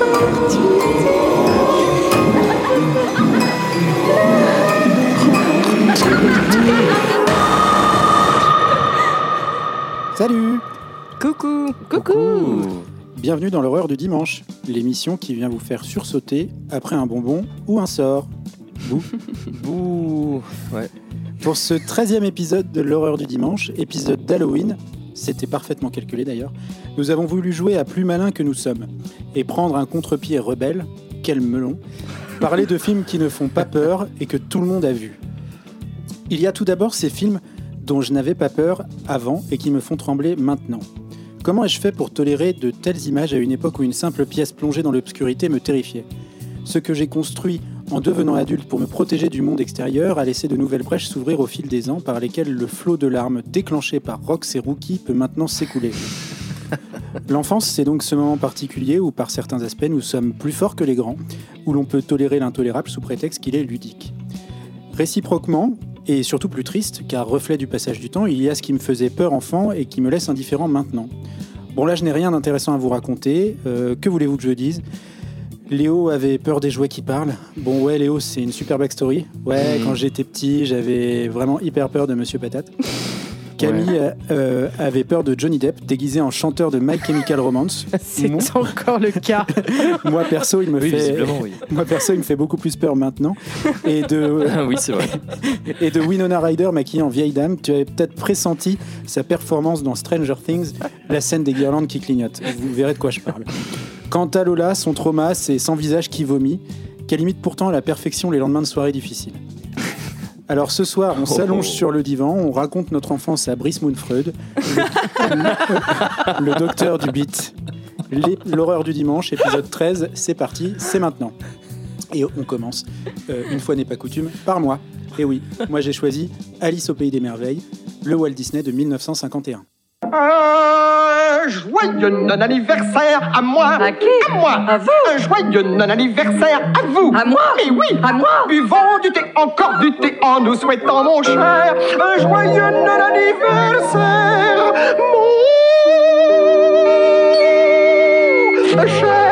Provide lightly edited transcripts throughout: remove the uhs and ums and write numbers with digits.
Salut! Coucou! Bienvenue dans l'horreur du dimanche, l'émission qui vient vous faire sursauter après un bonbon ou un sort. Bouh! Ouais. Pour ce 13e épisode de l'horreur du dimanche, épisode d'Halloween, c'était parfaitement calculé d'ailleurs, nous avons voulu jouer à plus malin que nous sommes et prendre un contre-pied rebelle, quel melon, parler de films qui ne font pas peur et que tout le monde a vu. Il y a tout d'abord ces films dont je n'avais pas peur avant et qui me font trembler maintenant. Comment ai-je fait pour tolérer de telles images à une époque où une simple pièce plongée dans l'obscurité me terrifiait ? Ce que j'ai construit en devenant adulte pour me protéger du monde extérieur a laissé de nouvelles brèches s'ouvrir au fil des ans par lesquelles le flot de larmes déclenché par Rox et Rookie peut maintenant s'écouler. L'enfance, c'est donc ce moment particulier où, par certains aspects, nous sommes plus forts que les grands, où l'on peut tolérer l'intolérable sous prétexte qu'il est ludique. Réciproquement, et surtout plus triste, car reflet du passage du temps, il y a ce qui me faisait peur enfant et qui me laisse indifférent maintenant. Bon, là, je n'ai rien d'intéressant à vous raconter. Que voulez-vous que je dise ? Léo avait peur des jouets qui parlent. Bon, ouais, Léo, c'est une super backstory. Ouais, quand j'étais petit, j'avais vraiment hyper peur de Monsieur Patate. Camille avait peur de Johnny Depp, déguisé en chanteur de My Chemical Romance. C'est encore le cas. Moi, perso, il me fait beaucoup plus peur maintenant. Et de, oui, c'est vrai. Et de Winona Ryder, maquillée en vieille dame. Tu avais peut-être pressenti sa performance dans Stranger Things, la scène des guirlandes qui clignotent. Vous verrez de quoi je parle. Quant à Lola, son trauma, c'est sans visage qui vomit, qu'elle imite pourtant à la perfection les lendemains de soirée difficiles. Alors ce soir, on s'allonge sur le divan, on raconte notre enfance à Brice Moonfreud, le docteur du beat. L'horreur du dimanche, épisode 13, c'est parti, c'est maintenant. Et on commence, une fois n'est pas coutume, par moi. Et oui, moi j'ai choisi Alice au Pays des Merveilles, le Walt Disney de 1951. Joyeux non-anniversaire à moi. À qui ? À moi. À vous. Un joyeux non-anniversaire à vous. À moi ? Mais oui, À moi ? Buvons du thé, encore du thé, en nous souhaitant, mon cher, un joyeux non-anniversaire, mon cher.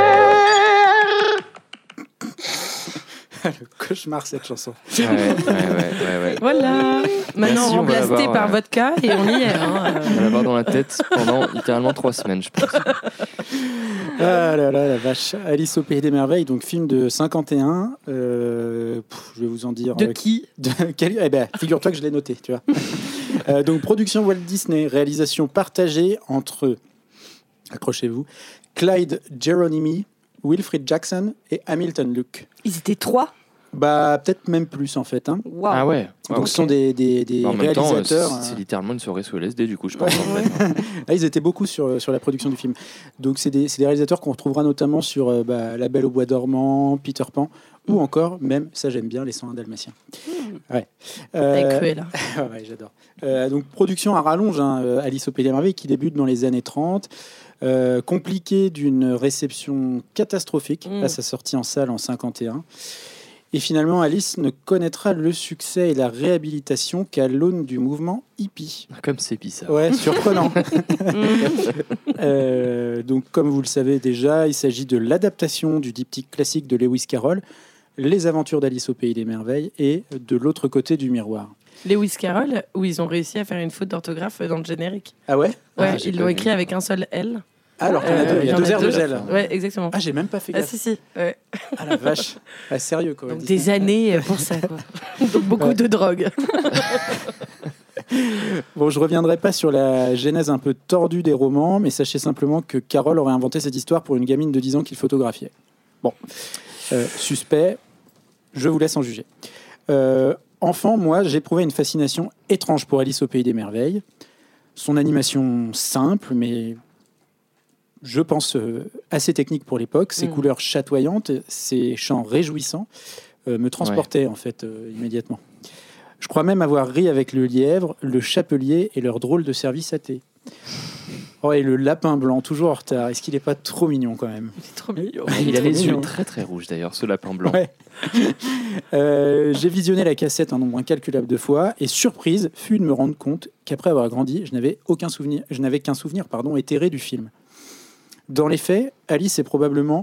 Le cauchemar, cette chanson. Ouais. Voilà. Maintenant, Merci, remplacé par vodka et on y est. On va l'avoir dans la tête pendant littéralement 3 semaines, je pense. Ah là là, la vache. Alice au Pays des Merveilles, donc film de 51. Je vais vous en dire... De qui ? Eh ben, figure-toi que je l'ai noté, tu vois. Donc, production Walt Disney, réalisation partagée entre, accrochez-vous, Clyde Geronimi, Wilfrid Jackson et Hamilton Luke. Ils étaient 3 ? Bah, peut-être même plus, en fait. Hein. Wow. Ah ouais. Donc, ce sont des En même temps, réalisateurs... c'est littéralement une soirée sous LSD, du coup, je pense. En fait. Ah, ils étaient beaucoup sur la production du film. Donc, c'est des réalisateurs qu'on retrouvera notamment sur La Belle au Bois dormant, Peter Pan, ou encore, même, ça j'aime bien, Les 101 Dalmatiens. Ouais. Avec Cruella. Ouais, j'adore. Donc, production à rallonge, Alice au Pays des Merveilles, qui débute dans les années 30. Compliqué d'une réception catastrophique à sa sortie en salle en 51. Et finalement, Alice ne connaîtra le succès et la réhabilitation qu'à l'aune du mouvement hippie. Comme c'est bizarre. Ouais, surprenant. Donc, comme vous le savez déjà, il s'agit de l'adaptation du diptyque classique de Lewis Carroll, Les Aventures d'Alice au Pays des Merveilles, et De l'autre côté du miroir. Lewis Carroll, où ils ont réussi à faire une faute d'orthographe dans le générique. Ah ouais ? Ouais, ils l'ont écrit avec un seul L. Alors qu'il y en a deux, il y a 2 airs, 2 L. Ouais, exactement. Ah, j'ai même pas fait Ah gaffe. si. Ouais. Ah la vache. Ah, sérieux quoi. Donc Disney. des années pour ça, quoi. Donc beaucoup de drogue. Bon, je reviendrai pas sur la genèse un peu tordue des romans, mais sachez simplement que Carroll aurait inventé cette histoire pour une gamine de 10 ans qu'il photographiait. Bon, suspect, je vous laisse en juger. Enfant, moi, j'éprouvais une fascination étrange pour Alice au Pays des Merveilles. Son animation simple, mais je pense assez technique pour l'époque, ses couleurs chatoyantes, ses chants réjouissants me transportaient en fait immédiatement. Je crois même avoir ri avec le lièvre, le chapelier et leur drôle de service à thé. Oh, et le lapin blanc, toujours en retard. Est-ce qu'il n'est pas trop mignon quand même ? C'est trop mignon. Il a les yeux très très rouges d'ailleurs, ce lapin blanc. Ouais. J'ai visionné la cassette un nombre incalculable de fois et surprise fut de me rendre compte qu'après avoir grandi, je n'avais qu'un souvenir éthéré du film. Dans les faits, Alice est probablement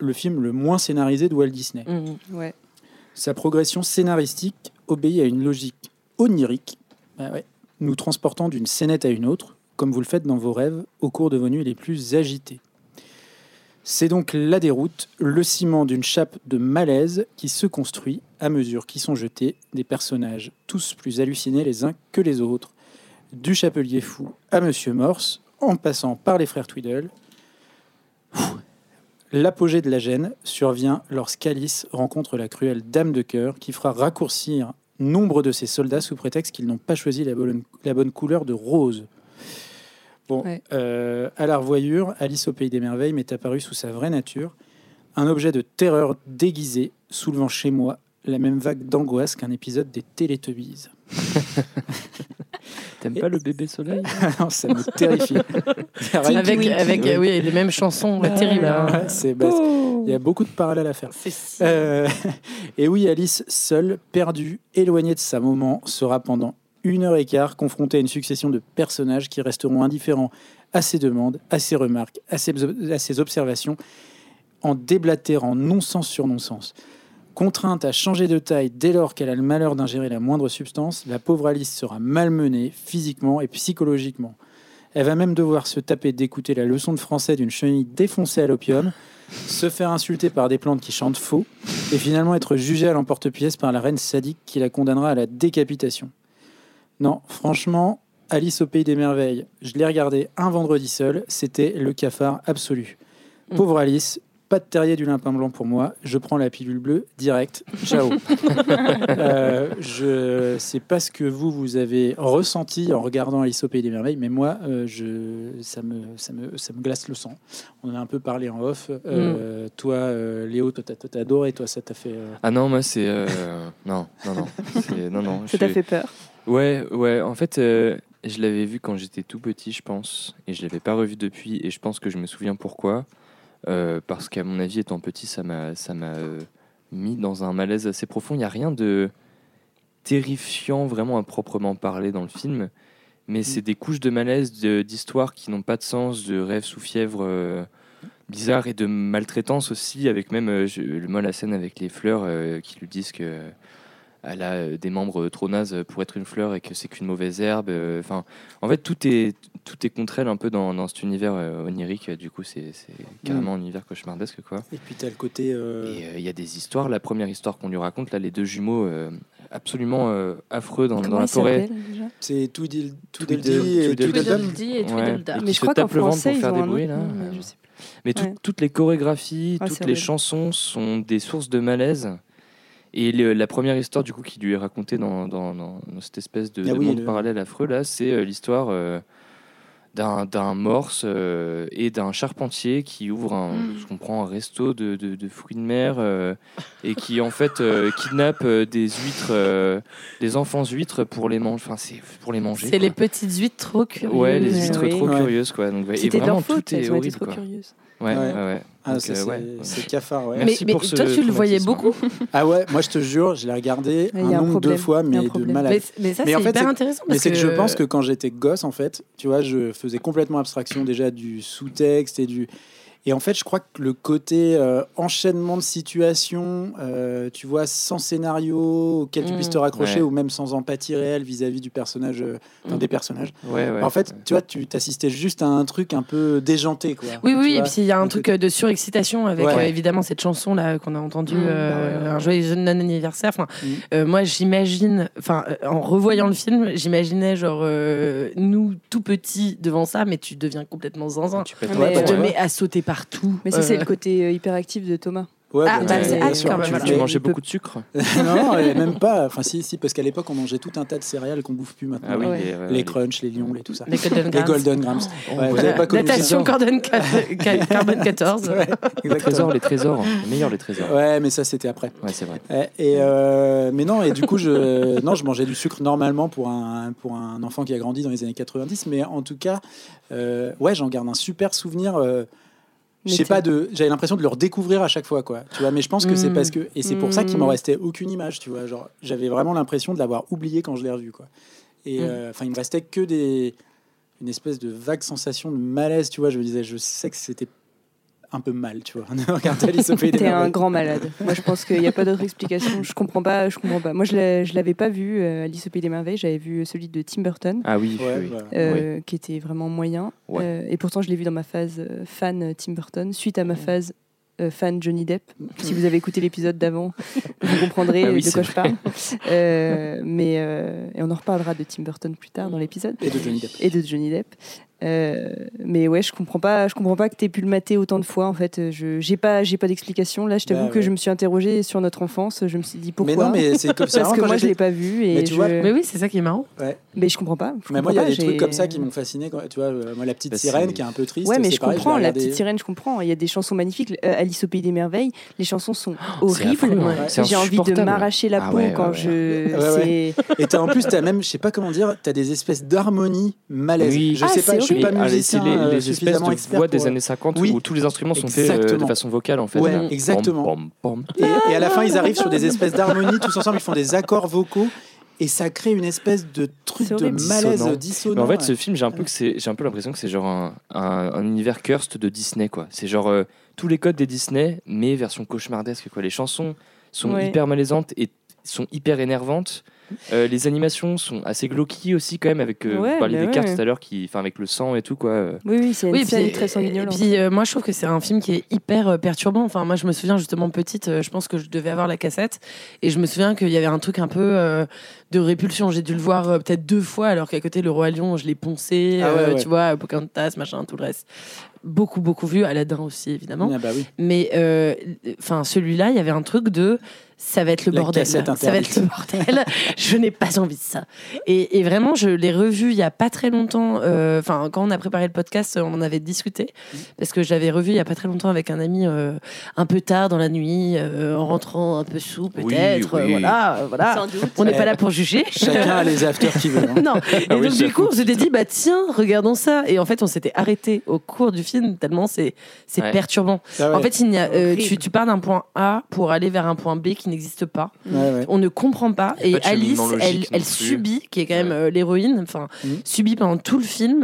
le film le moins scénarisé de Walt Disney. Ouais. Sa progression scénaristique obéit à une logique onirique, nous transportant d'une scénette à une autre, comme vous le faites dans vos rêves au cours de vos nuits les plus agitées. C'est donc la déroute, le ciment d'une chape de malaise qui se construit à mesure qu'ils sont jetés, des personnages tous plus hallucinés les uns que les autres, du chapelier fou à Monsieur Morse, en passant par les frères Tweedle. L'apogée de la gêne survient lorsqu'Alice rencontre la cruelle dame de cœur qui fera raccourcir nombre de ses soldats sous prétexte qu'ils n'ont pas choisi la bonne couleur de rose. Bon, Ouais. À la revoyure, Alice au Pays des Merveilles m'est apparue sous sa vraie nature, un objet de terreur déguisé, soulevant chez moi la même vague d'angoisse qu'un épisode des Télétubbies. T'aimes pas le bébé soleil? Non, ça me terrifie. Avec oui, les mêmes chansons terribles. hein. Ouais, il y a beaucoup de parallèles à faire. C'est si- Et oui, Alice, seule, perdue, éloignée de sa maman, sera pendant 1h15 confrontée à une succession de personnages qui resteront indifférents à ses demandes, à ses remarques, à ses observations, en déblatérant non-sens sur non-sens. Contrainte à changer de taille dès lors qu'elle a le malheur d'ingérer la moindre substance, la pauvre Alice sera malmenée physiquement et psychologiquement. Elle va même devoir se taper d'écouter la leçon de français d'une chenille défoncée à l'opium, se faire insulter par des plantes qui chantent faux, et finalement être jugée à l'emporte-pièce par la reine sadique qui la condamnera à la décapitation. Non, franchement, Alice au Pays des Merveilles, je l'ai regardé un vendredi seul, c'était le cafard absolu. Pauvre Alice, pas de terrier du lapin blanc pour moi, je prends la pilule bleue direct, ciao. Je sais pas ce que vous avez ressenti en regardant Alice au Pays des Merveilles, mais moi, ça me glace le sang. On en a un peu parlé en off. Toi, Léo, toi, t'as adoré, toi, ça t'a fait... Ah non, moi c'est non. Non. Ça t'a fait peur? Ouais. En fait, je l'avais vu quand j'étais tout petit, je pense, et je l'avais pas revu depuis. Et je pense que je me souviens pourquoi. Parce qu'à mon avis, étant petit, ça m'a mis dans un malaise assez profond. Il n'y a rien de terrifiant vraiment à proprement parler dans le film, mais c'est des couches de malaise, d'histoires qui n'ont pas de sens, de rêves sous fièvre bizarres et de maltraitance aussi, avec même la scène avec les fleurs qui lui disent que elle a des membres trop nazes pour être une fleur et que c'est qu'une mauvaise herbe. En fait, tout est contre elle un peu dans cet univers onirique. Du coup, c'est carrément un univers cauchemardesque, quoi. Et puis t'as le côté... Et il y a des histoires. La première histoire qu'on lui raconte, là, les deux jumeaux absolument affreux dans la forêt. C'est Tweedledee Tweedledee et Tweedledum. Tweedledee et Ouais. Tweedledum. Et Mais qui je se crois qu'en tapent le ventre français, pour ils faire ont des un bruits, autre là. nom, mais je sais plus. Mais Ouais. toutes les chorégraphies, Ah, toutes c'est les horrible. chansons sont des sources de malaise. Et la première histoire du coup qui lui est racontée dans cette espèce de monde parallèle affreux là, c'est l'histoire d'un morse et d'un charpentier qui ouvre un resto de fruits de mer et qui en fait kidnappe des huîtres, des enfants huîtres pour les manger. Enfin, c'est pour les manger. C'est quoi. les petites huîtres trop curieuses. Ouais, les huîtres oui. trop Ouais. curieuses quoi. Donc, et C'était de vraiment leur faute, tout est elles ont été horrible trop quoi. curieuses. Ouais. Ah, Donc, ça, c'est cafard, ouais. Merci mais pour ce toi, tu le voyais traumatisme. beaucoup. Ah ouais, moi je te jure, je l'ai regardé Il y a un un nombre de problème, fois, il y a mais un de problème. malade. Mais ça, Mais c'est en fait, hyper c'est- intéressant. Mais parce c'est que je pense que quand j'étais gosse, en fait, tu vois, je faisais complètement abstraction déjà du sous-texte et en fait, je crois que le côté enchaînement de situations, tu vois, sans scénario auquel tu puisses te raccrocher Ouais. ou même sans empathie réelle vis-à-vis du personnage, des personnages. Ouais. En fait, tu vois, tu t'assistais juste à un truc un peu déjanté, quoi. Oui, Tu et vois, puis il y a un un truc côté- de surexcitation avec Ouais. évidemment cette chanson là qu'on a entendue, ouais. un joyeux non-anniversaire. Enfin, moi j'imagine, en revoyant le film, j'imaginais genre nous tout petits devant ça, mais tu deviens complètement zinzin. Tu pètes Ah, un mais, Tu plomb, te ouais. mets à sauter partout. Mais ça, c'est le côté hyperactif de Thomas. Ouais, Ah, bah, c'est bien hâte sûr. quand même, Tu, voilà. tu Mais- mangeais beaucoup de sucre. Non, et même pas. Enfin, si, parce qu'à l'époque, on mangeait tout un tas de céréales qu'on bouffe plus maintenant. Ah oui, Ouais. Les crunchs, les lions, les tout ça. Les Golden Les Grams. Golden Grams. Ouais, vous avez pas connu Natation ça Carbone 14. Ouais, exactement. Les trésors, les meilleurs les trésors. Ouais, mais ça, c'était après. Ouais, c'est vrai. Mais non, et du coup, je mangeais du sucre normalement pour un enfant qui a grandi dans les années 90. Mais en tout cas, j'en garde un super souvenir. Je sais pas, j'avais l'impression de le redécouvrir à chaque fois, quoi. Tu vois, mais je pense que c'est parce que, et c'est pour ça qu'il m'en restait aucune image, tu vois. Genre, j'avais vraiment l'impression de l'avoir oublié quand je l'ai revu, quoi. Et il me restait que une espèce de vague sensation de malaise, tu vois. Je me disais, je sais que c'était un peu mal, tu vois, de regarder Alice au Pays des T'es un Merveilles. grand malade. Moi, je pense qu'il n'y a pas d'autre explication. Je comprends pas. Moi, je l'avais pas vu, Alice au Pays des Merveilles. J'avais vu celui de Tim Burton, Ah oui, Ouais, oui. voilà. qui était vraiment moyen. Ouais. Et pourtant, je l'ai vu dans ma phase fan Tim Burton, suite à ma phase fan Johnny Depp. Si vous avez écouté l'épisode d'avant, vous comprendrez Ah oui, de quoi c'est je parle. Et on en reparlera de Tim Burton plus tard dans l'épisode. Et de Johnny Depp. Et de Johnny Depp. Mais ouais, je comprends pas que t'aies pu le mater autant de fois. En fait, j'ai pas d'explication. Là, je t'avoue Bah, que ouais. je me suis interrogée sur notre enfance. Je me suis dit pourquoi. Mais non, mais c'est comme ça. Parce que moi, je l'ai pas vu et Mais tu vois, Mais oui, c'est ça qui est marrant. Mais je comprends pas. Mais moi, il y a des j'ai- trucs comme ça qui m'ont fasciné. Tu vois, moi, la petite Bah, sirène c'est- qui est un peu triste. Ouais, mais c'est je pareil, comprends. l'ai La regardé- petite sirène, je comprends. Il y a des chansons magnifiques. Alice au Pays des Merveilles, les chansons sont horribles. affreux, ouais. C'est J'ai envie de insupportable. m'arracher la Ah peau ouais, quand ouais, je. Ouais, Et en plus, t'as même, je sais pas comment dire, t'as des espèces d'harmonies malaises. Oui. Je Ah, sais pas, c'est je suis pas Ah, musicien c'est les espèces suffisamment de expert voix pour- des années 50 Oui. où tous les instruments sont faits de Exactement. façon vocale en fait. Ouais, Pom, exactement. pom, pom. Et à la fin, ils arrivent sur des espèces d'harmonies, tous ensemble, ils font des accords vocaux. Et ça crée une espèce de truc C'est de horrible. malaise Dissonant. dissonant. Mais en fait, ce film, j'ai un peu l'impression que c'est genre un univers cursed de Disney, quoi. C'est genre tous les codes des Disney, mais version cauchemardesque, quoi. Les chansons sont Ouais. hyper malaisantes et sont hyper énervantes. Les animations sont assez glauques aussi, quand même, avec Ouais, vous parliez bah des cartes ouais. tout à l'heure, avec le sang et tout, quoi. Oui, c'est une Oui, série puis, très sanguignolante. Et puis moi je trouve que c'est un film qui est hyper perturbant. Enfin moi je me souviens justement petite, je pense que je devais avoir la cassette et je me souviens qu'il y avait un truc un peu de répulsion. J'ai dû le voir peut-être 2 fois alors qu'à côté le Roi Lion je l'ai poncé, Ah ouais. tu vois, Pocahontas, machin, tout le reste. Beaucoup vu, Aladdin aussi évidemment. Ah bah oui. Mais enfin celui-là il y avait un truc de ça va être le La bordel. cassette Ça va être le bordel. Je n'ai pas envie de ça. Et vraiment, je l'ai revu il y a pas très longtemps. Enfin, quand on a préparé le podcast, on en avait discuté parce que je l'avais revu il y a pas très longtemps avec un ami un peu tard dans la nuit, en rentrant un peu sous peut-être. Oui, oui. Voilà. Sans doute. On n'est pas là pour juger. Chacun a les afters qu'il veut. hein. Non. Et Ah oui, donc du j'avoue. coup, on s'était dit bah tiens, regardons ça. Et en fait, on s'était arrêté au cours du film tellement c'est Ouais. perturbant. Ah ouais. En fait, il n'y a, Horrible. tu pars d'un point A pour aller vers un point B qui n'existe pas. Ouais, ouais. On ne comprend pas. Il y a Et pas de Alice, cheminement logique elle non plus. subit, qui est quand même l'héroïne, enfin, Mhm. subit pendant tout le film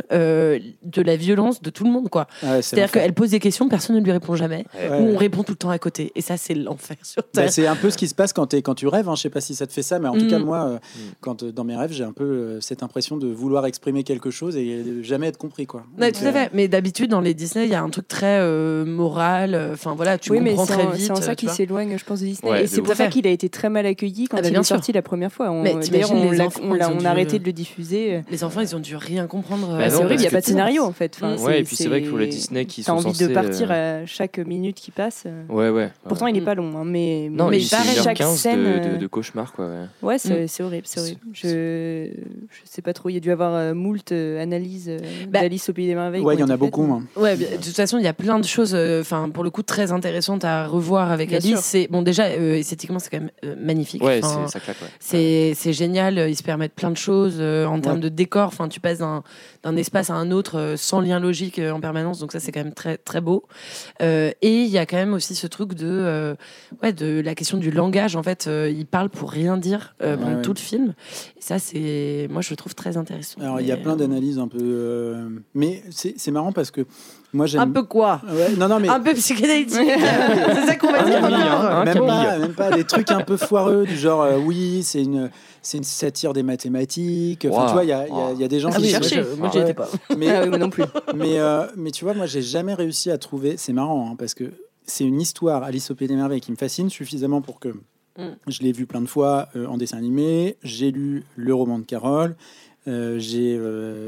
de la violence de tout le monde, quoi. Ah ouais, c'est C'est-à-dire l'enfer. qu'elle pose des questions, personne ne lui répond jamais. Ouais, Ou ouais. on répond tout le temps à côté. Et ça, c'est l'enfer sur Bah, Terre. c'est un peu ce qui se passe quand tu rêves. Hein. Je sais pas si ça te fait ça, mais en tout cas, Mm. moi, quand dans mes rêves, j'ai un peu cette impression de vouloir exprimer quelque chose et de jamais être compris. Quoi. Ouais, Donc, tout à fait. Mais d'habitude, dans les Disney, il y a un truc très moral. Enfin, voilà, tu Oui, mais comprends c'est très en, vite. c'est en ça tu qu'il vois. s'éloigne, je pense, de Disney. Ouais, et de c'est ouf. pour ça Tout à fait. qu'il a été très mal accueilli quand Ah bah, il bien est sûr. sorti la première fois. Mais D'ailleurs, t'imagines, on les l'a- enfants, on l'a- ils ont on dû- a arrêté de le diffuser. Les enfants, ils ont dû rien comprendre. Bah C'est non, horrible, il n'y a parce pas de que- scénario en fait. Enfin, Ouais, et puis c'est vrai que pour les Disney qui T'as sont envie censés, de partir à chaque minute qui passe. Ouais. Pourtant, il n'est pas long, hein, mais Non, mais mais c'est pareil, chaque 1h15 scène. de cauchemar, quoi. Ouais. Ouais, c'est horrible, c'est horrible. Je sais pas trop. Il y a dû avoir moult analyses Bah, d'Alice au Pays des Merveilles. Ouais, qui il y ont en a été faites. beaucoup. Hein. Ouais, de toute façon, il y a plein de choses, enfin, pour le coup, très intéressantes à revoir avec Bien Alice. sûr. C'est bon, déjà, esthétiquement, c'est quand même magnifique. Ouais, Enfin, ça claque, ouais. c'est génial. Ils se permettent plein de choses en termes de décor. Enfin, tu passes d'un espace à un autre sans lien logique en permanence. Donc ça, c'est quand même très très beau. Et il y a quand même aussi ce truc de la question du langage. En fait, ils parlent pour rien dire pendant Ouais. tout le film. Et ça, c'est, moi, je le trouve très intéressant. Alors, il y a Mais, plein d'analyses un peu. Mais c'est marrant parce que moi, j'aime. un peu quoi Ouais, non, mais. Un peu psychédélique. c'est ça qu'on va dire. Camille, encore. hein, Même pas des trucs un peu foireux du genre oui c'est une satire des mathématiques. Enfin, Wow. tu vois il y a des gens Ah qui oui, cherchent. moi, j'y Ouais. étais pas. Mais, Ah oui, moi non plus. mais tu vois, moi, j'ai jamais réussi à trouver. C'est marrant hein, parce que c'est une histoire, Alice au Pays des Merveilles, qui me fascine suffisamment pour que je l'ai vu plein de fois en dessin animé. J'ai lu le roman de Carole. J'ai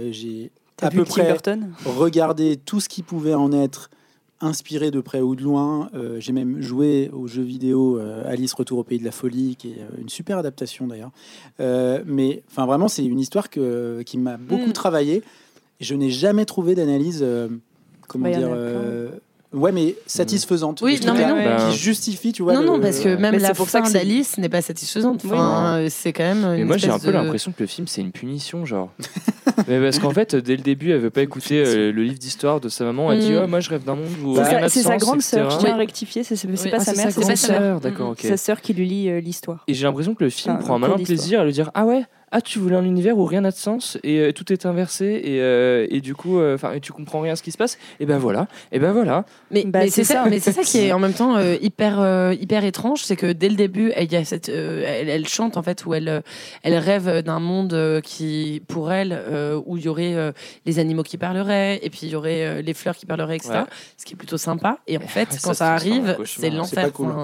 T'as à vu peu Tim près Burton regardé tout ce qui pouvait en être inspiré de près ou de loin. J'ai même joué au jeu vidéo Alice Retour au Pays de la Folie, qui est une super adaptation d'ailleurs. Mais enfin, vraiment, c'est une histoire qui m'a beaucoup travaillé. Je n'ai jamais trouvé d'analyse, comment Bah, y en a dire, plein. ouais, mais satisfaisante. Oui, de ce non, mais truc-là, non. qui justifie, tu vois. Non, non, parce que même Mais la c'est pour ça fin que c'est- d'Alice n'est pas satisfaisante. Oui, Enfin, c'est quand même. Mais une moi, j'ai un espèce peu de- l'impression que le film, c'est une punition, genre. Mais parce qu'en fait, dès le début, elle veut pas écouter le livre d'histoire de sa maman. Elle dit Mm. Oh, moi, je rêve d'un monde où C'est rien n'a de c'est sa sens, grande etc. sœur, je tiens à Oui. rectifier, c'est Oui. pas Ah, sa c'est mère, sa c'est grande sa sœur. sœur. D'accord, ok. Sa sœur qui lui lit l'histoire. Et j'ai l'impression que le film Enfin, prend un un malin cours d'histoire. plaisir à lui dire Ah ouais, ah, tu voulais un univers où rien n'a de sens et tout est inversé et du coup, tu comprends rien à ce qui se passe. Et ben voilà. Mais c'est ça. Mais c'est ça qui est en même temps hyper étrange, c'est que dès le début, il y a elle chante en fait où elle rêve d'un monde qui, pour elle, où il y aurait les animaux qui parleraient et puis il y aurait les fleurs qui parleraient, etc. Ouais. Ce qui est plutôt sympa. Et en fait, quand ça ça se transforme en arrive, cauchemar. c'est C'est l'enfer. pas cool.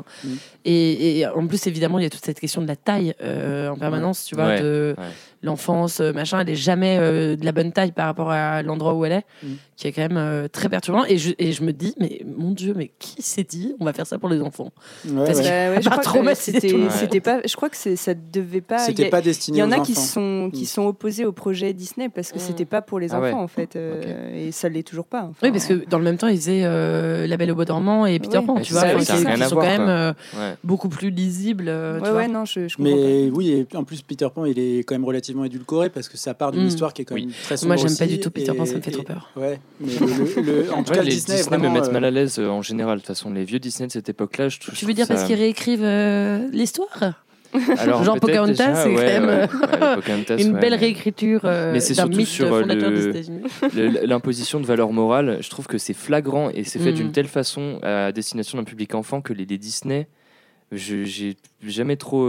Et en plus, évidemment, il y a toute cette question de la taille en permanence, tu vois, Ouais. de l'enfance, machin. Elle est jamais de la bonne taille par rapport à l'endroit où elle est, qui est quand même très perturbant. Et je me dis, mais mon Dieu, mais qui s'est dit, on va faire ça pour les enfants? Parce que- Je crois que traumatiser tout le monde. c'était pas. Je crois que ça devait pas. C'était pas Il destiné y en aux a enfants. qui sont opposés au projet Disney parce que c'était pas pour les Ah enfants ouais. en fait, et ça l'est toujours pas. Enfin, Oui, parce que dans le même temps, ils faisaient La Belle au Bois dormant et Peter Oui. Pan, Ouais, tu c'est vois, ça, qui ça a rien à sont voir, quand même Ouais. beaucoup plus lisibles. tu vois. ouais, non, je comprends Mais oui, et en plus Peter Pan, il est quand même relativement édulcoré parce que ça part d'une histoire qui est quand même très sombre. Moi, j'aime pas aussi, du tout Peter Pan, ça me fait et- trop peur. Ouais, mais en tout Ouais, cas, les Disney, Disney me vraiment, mettent mal à l'aise en général. De toute façon, les vieux Disney de cette époque-là, je trouve. Tu veux dire parce qu'ils réécrivent l'histoire? Alors, Genre peut-être Pocahontas, déjà, c'est quand même Pocahontas, une ouais, belle mais- réécriture Mais c'est d'un surtout mythe sur, fondateur le- des États-Unis. L'imposition de valeurs morales. Je trouve que c'est flagrant et c'est fait Mm. d'une telle façon à destination d'un public enfant que les Disney, j'ai jamais trop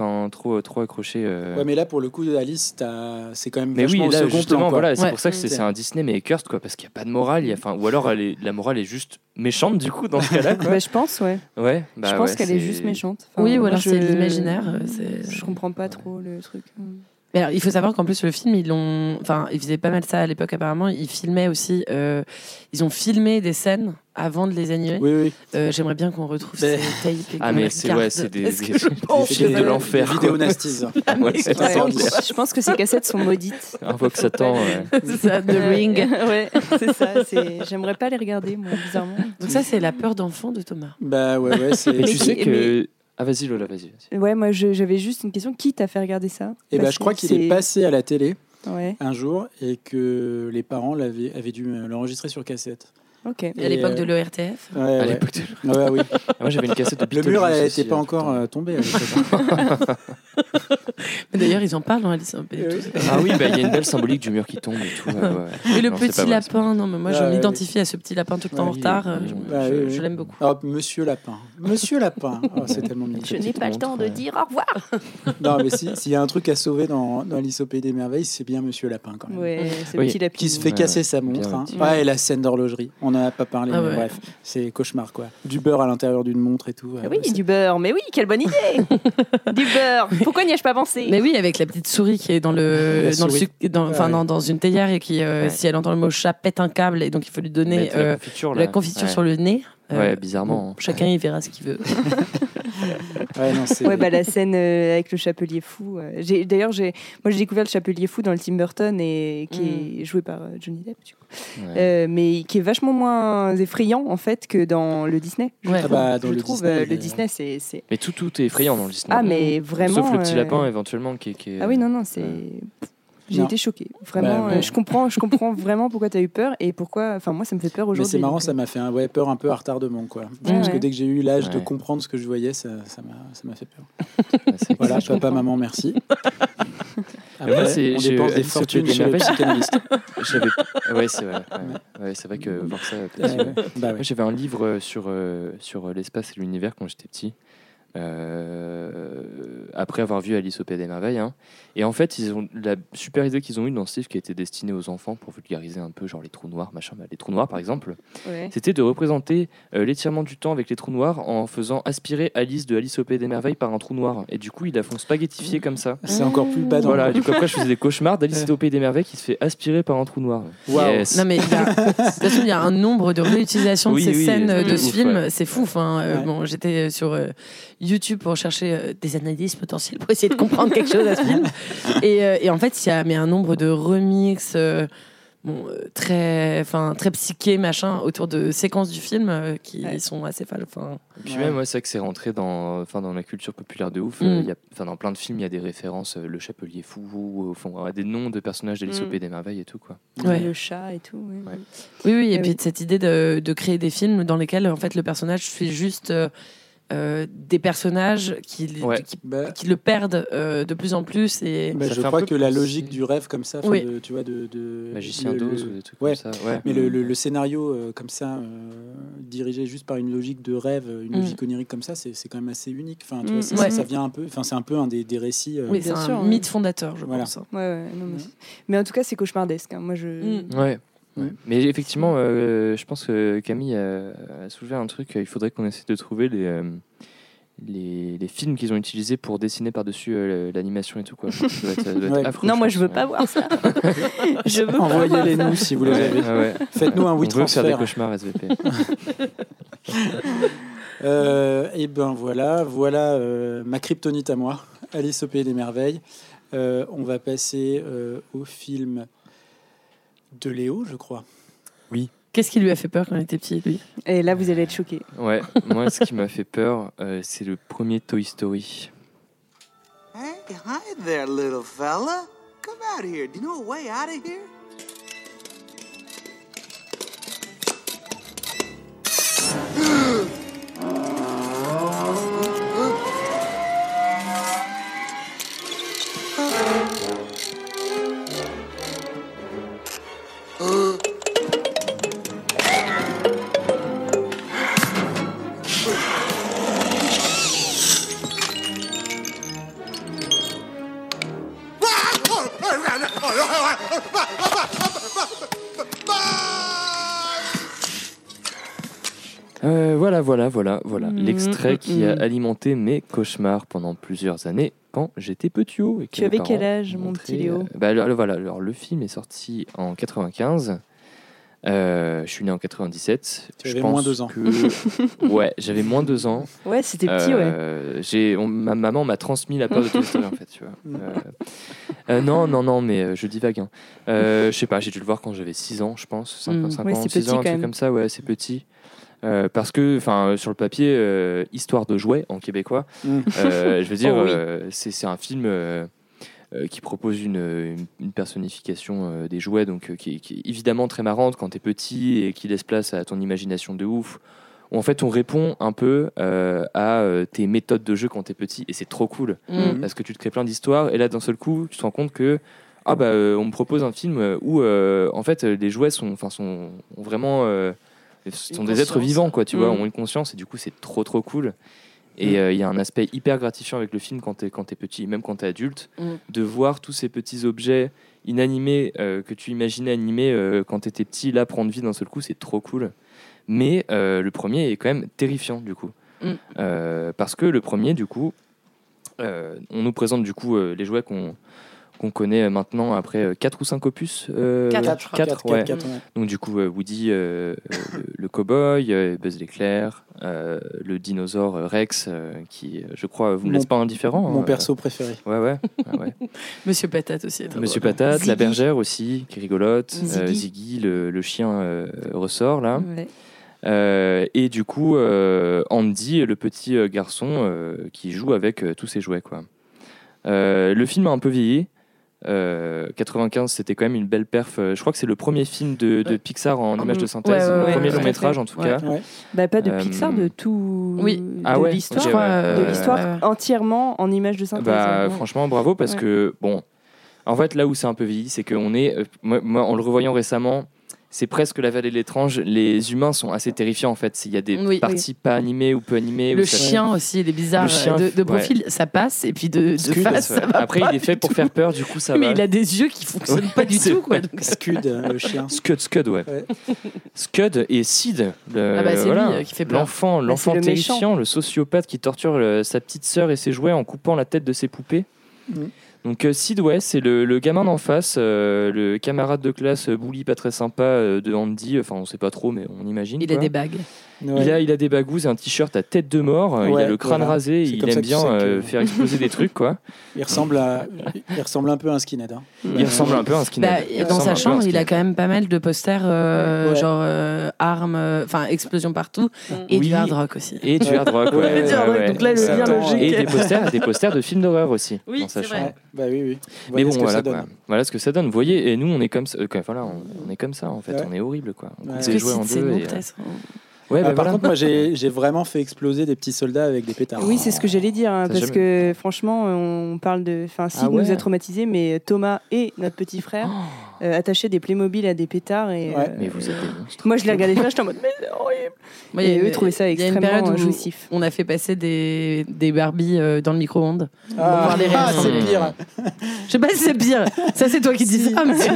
accroché. Ouais, mais là, pour le coup, Alice, c'est quand même Mais oui, vachement au là second justement, plan, quoi. voilà, c'est Ouais. pour ça que c'est Mm. un Disney mais cursed quoi, parce qu'il n'y a pas de morale, ou alors la morale est juste méchante du coup dans ce cas-là. Quoi. Bah, je pense, ouais. Ouais, bah je pense ouais, qu'elle est juste méchante. Enfin, Oui, ou moi, alors c'est l'imaginaire. c'est- Je comprends pas trop le truc. Mais alors, il faut savoir qu'en plus le film, ils faisaient pas mal ça à l'époque apparemment. Ils filmaient aussi, ils ont filmé des scènes avant de les animer. Oui, oui. J'aimerais bien qu'on retrouve Mais- ces tapes. Et Ah qu'on mais les c'est regarde, des parce que des bon, films de je- l'enfer. quoi. Vidéo nasties. Ouais, c'est Ouais, ça. je pense que ces cassettes sont maudites. Invoque Satan. Ouais. C'est ça, The Ring. Ouais, c'est ça. J'aimerais pas les regarder, moi, bizarrement. Donc ça, c'est la peur d'enfant de Thomas. Bah ouais, c'est. Mais tu Mais- sais que ah vas-y Lola, vas-y. Ouais, moi, j'avais juste une question. Qui t'a fait regarder ça? Et bah, Parce je crois que qu'il est passé à la télé Ouais, un jour et que les parents avaient dû l'enregistrer sur cassette. ok. À l'époque de l'ORTF. Ouais, À ouais. l'époque de- Ouais, oui. Moi j'avais une cassette de Le Beetlejuice mur aussi, n'était pas hein, encore putain. tombé. À l'époque. Mais d'ailleurs, ils en parlent dans Alice. Et tout. Ah oui, bah il y a une belle symbolique du mur qui tombe et tout. Et le Non, c'est petit pas vrai, lapin, non, mais moi, je Ah, ouais, m'identifie à ce petit lapin tout le temps Ouais, en il est retard. mignon. Bah, oui, oui. Je l'aime beaucoup. Oh, Monsieur Lapin. Monsieur Lapin. Oh, c'est tellement mignon. Je n'ai pas le temps de dire au revoir. Non, mais s'il y a un truc à sauver dans Alice au Pays des Merveilles, c'est bien Monsieur Lapin quand même. Ouais, c'est Oui. petit lapin. Qui se fait Ouais, casser ouais. sa montre. Bien Hein. dit. Ouais, et la scène d'horlogerie. On n'en a pas parlé, Ah mais ouais. bref, c'est cauchemar quoi. Du beurre à l'intérieur d'une montre et tout. Ah oui, du beurre. Mais oui, quelle bonne idée. Du beurre. Pourquoi n'y ai-je pas pensé? Mais oui, avec la petite souris qui est dans La souris. dans une théière et qui, Ouais. si elle entend le mot chat, pète un câble et donc il faut lui donner Mettre la confiture, là. la confiture Ouais. sur le nez. Ouais, bizarrement, bon, hein. chacun il verra ce qu'il veut. Ouais, non, c'est. Ouais, bah la scène avec le Chapelier Fou. D'ailleurs, j'ai découvert le Chapelier Fou dans le Tim Burton et qui est joué par Johnny Depp, du coup. Ouais. Mais qui est vachement moins effrayant en fait que dans le Disney. Je Ouais. trouve. Ah bah, dans Je le trouve, Disney, le mais- Disney, c'est. Mais tout est effrayant dans le Disney. Ah, mais vraiment. Sauf le petit lapin éventuellement qui est. Ah oui, non, c'est. J'ai Non. été choquée. Vraiment, Bah, ouais. je comprends vraiment pourquoi tu as eu peur et pourquoi. Enfin, moi, ça me fait peur Mais aujourd'hui. c'est marrant, donc, ça m'a fait peur un peu à retardement quoi. Ouais, Parce que ouais. dès que j'ai eu l'âge de Ouais. comprendre ce que je voyais, ça m'a fait peur. Ouais, c'est- Voilà, je papa, comprends. maman, merci. moi, Après, c'est- on j'ai- dépense des Alice au fortunes Pays des chez les Merveilles. psychanalystes. Ouais, c'est vrai. Ouais, c'est vrai que voir ça petit. Ouais, ouais. Bah ouais. Moi, j'avais un livre sur l'espace et l'univers quand j'étais petit. Après avoir vu Alice au Pays des Merveilles, hein. Et en fait, ils ont la super idée qu'ils ont eue dans ce livre qui était destiné aux enfants pour vulgariser un peu genre les trous noirs, machin. Bah, les trous noirs, par exemple, Ouais. c'était de représenter l'étirement du temps avec les trous noirs en faisant aspirer Alice de Alice au Pays des Merveilles par un trou noir. Et du coup, ils la font spaghettifier comme ça. C'est encore plus bas dans Voilà, du coup après je faisais des cauchemars d'Alice au Pays des Merveilles qui se fait aspirer par un trou noir. Waouh. Yes. Non mais de toute façon il y a un nombre de réutilisations Oui, de ces oui, scènes c'est de ce ouf, film, ouais. c'est fou. Enfin, Ouais. bon, j'étais sur YouTube pour chercher des analyses potentielles pour essayer de comprendre quelque chose à ce film. Et en fait il y a un nombre de remixes. Très psyché machin autour de séquences du film qui Ouais. sont assez folles. Enfin, Et puis Ouais. même, c'est vrai que c'est rentré dans la culture populaire de ouf. Mm. Dans plein de films, il y a des références, le Chapelier Fou, des noms de personnages d'Alice au Mm. Pays des Merveilles et tout quoi. ouais. Le chat et tout. Ouais. Ouais. Oui, et Ah puis oui. de cette idée de créer des films dans lesquels en fait le personnage fait juste des personnages qui le perdent de plus en plus. Et... je crois que la logique du rêve comme ça, tu vois, de Magicien d'Oz ou des trucs comme ça. Ouais. Mais le scénario comme ça, dirigé juste par une logique de rêve, une logique onirique comme ça, c'est quand même assez unique. Enfin, tu vois, ça vient un peu. Enfin, c'est un peu un des récits. Oui, c'est un mythe fondateur, je pense. Mais en tout cas, c'est cauchemardesque. Moi, Ouais. Mais effectivement, je pense que Camille a soulevé un truc. Il faudrait qu'on essaie de trouver les films qu'ils ont utilisés pour dessiner par-dessus l'animation et tout, quoi. Ça doit être affreux, non, moi je veux pas voir ça. Envoyez-les nous si vous les avez. Faites-nous un WeTransfer. On veut faire des cauchemars SVP. Et ben voilà ma kryptonite à moi, Alice au Pays des Merveilles. On va passer au film de Léo, je crois. Oui. Qu'est-ce qui lui a fait peur quand il était petit, lui ? Et là, vous allez être choqués. Ouais, moi, ce qui m'a fait peur, c'est le premier Toy Story. Hey, hi there, little fella. Come out here. Do you know a way out of here? Voilà. L'extrait qui a alimenté mes cauchemars pendant plusieurs années quand j'étais petit. Tu avais quel âge, mon petit Léo ? Alors, le film est sorti en 95. Je suis né en 97. Tu avais moins 2 ans. Ouais, j'avais moins 2 ans. Ouais, c'était petit, ouais. Ma maman m'a transmis la peur de Toy Story, en fait. Tu vois. Non, mais je divague. Hein. Je sais pas, j'ai dû le voir quand j'avais 6 ans, je pense. 5 ans, 6 ans, un truc comme ça. Ouais, c'est petit. Parce que sur le papier, histoire de jouets en québécois, je veux dire, c'est un film qui propose une personnification des jouets, donc qui est évidemment très marrante quand t'es petit et qui laisse place à ton imagination de ouf, où en fait on répond un peu à tes méthodes de jeu quand t'es petit, et c'est trop cool parce que tu te crées plein d'histoires, et là d'un seul coup tu te rends compte que on me propose un film où en fait les jouets sont vraiment sont des êtres vivants, quoi, tu vois, ont une conscience, et du coup c'est trop cool. Et il y a un aspect hyper gratifiant avec le film quand t'es petit, même quand t'es adulte, de voir tous ces petits objets inanimés que tu imaginais animés quand t'étais petit, là prendre vie d'un seul coup, c'est trop cool. Mais le premier est quand même terrifiant, du coup. Parce que le premier, du coup, on nous présente du coup les jouets qu'on connaît maintenant après 4 ou 5 opus. 4, ouais. Donc du coup Woody, le cow-boy, Buzz l'éclair, le dinosaure Rex, qui je crois vous ne laisse pas indifférent. Mon perso préféré. Ouais. Monsieur Patate aussi. Monsieur Patate, Ziggy. La bergère aussi, qui rigolote. Ziggy, le chien ressort là. Ouais. Et du coup Andy, le petit garçon qui joue avec tous ses jouets, quoi. Le film a un peu vieilli. 95, c'était quand même une belle perf. Je crois que c'est le premier film de Pixar en images de synthèse, le premier long métrage en tout cas. Bah, pas de Pixar, de tout. Oui. De l'histoire, de l'histoire entièrement en images de synthèse. Franchement, bravo, parce que bon, en fait, là où c'est un peu vieilli, c'est qu'on est, moi, en le revoyant récemment, c'est presque La Vallée de l'étrange. Les humains sont assez terrifiants, en fait. Il y a des parties pas animées ou peu animées. Le chien aussi, il est bizarre. De profil, ça passe, et puis de face, ça va. Après, il est fait pour faire peur, du coup, ça va. Mais il a des yeux qui fonctionnent pas du tout, quoi. Scud, le chien. Scud, ouais. Scud et Sid, c'est lui qui fait peur. L'enfant terrifiant, le sociopathe qui torture sa petite sœur et ses jouets en coupant la tête de ses poupées. Donc Sid, c'est le gamin d'en face, le camarade de classe bully pas très sympa de Andy. Enfin, on sait pas trop, mais on imagine. Il a des bagues. Ouais. Il a des bagous et un t-shirt à tête de mort. Il a le crâne rasé. Il aime bien faire exploser des trucs, quoi. Il ressemble un peu à un skinhead. Hein. Il ressemble un peu à un skinhead. Dans sa chambre, il a quand même pas mal de posters, genre armes, explosions partout, et du hard rock aussi. Et du hard rock, ouais. Donc là, le lien logique. Et des posters de films d'horreur aussi. Oui, dans sa c'est chambre. vrai. Bah oui. Mais bon, voilà ce que ça donne. Vous voyez, et nous, on est comme ça. On est comme ça, en fait. On est horrible, quoi. On coupe des jouets en deux. Ouais, bah Par voilà. contre, moi, j'ai vraiment fait exploser des petits soldats avec des pétards. Oui, c'est ce que j'allais dire, T'as parce jamais- que franchement, on parle de. Enfin, Sid Ah ouais. nous a traumatisés, mais Thomas et notre petit frère attachaient des Playmobil à des pétards. Et, Ouais. Mais vous êtes des monstres. moi, je les regardais faire, j'étais en mode, mais c'est horrible. Moi, il y a- Et eux trouvaient ça il y a une extrêmement période où jouissif. on a fait passer des Barbie dans le micro-ondes. Ah, voir les réactions. c'est pire. Je sais pas si c'est pire. Ça, c'est toi qui dis ça. mais-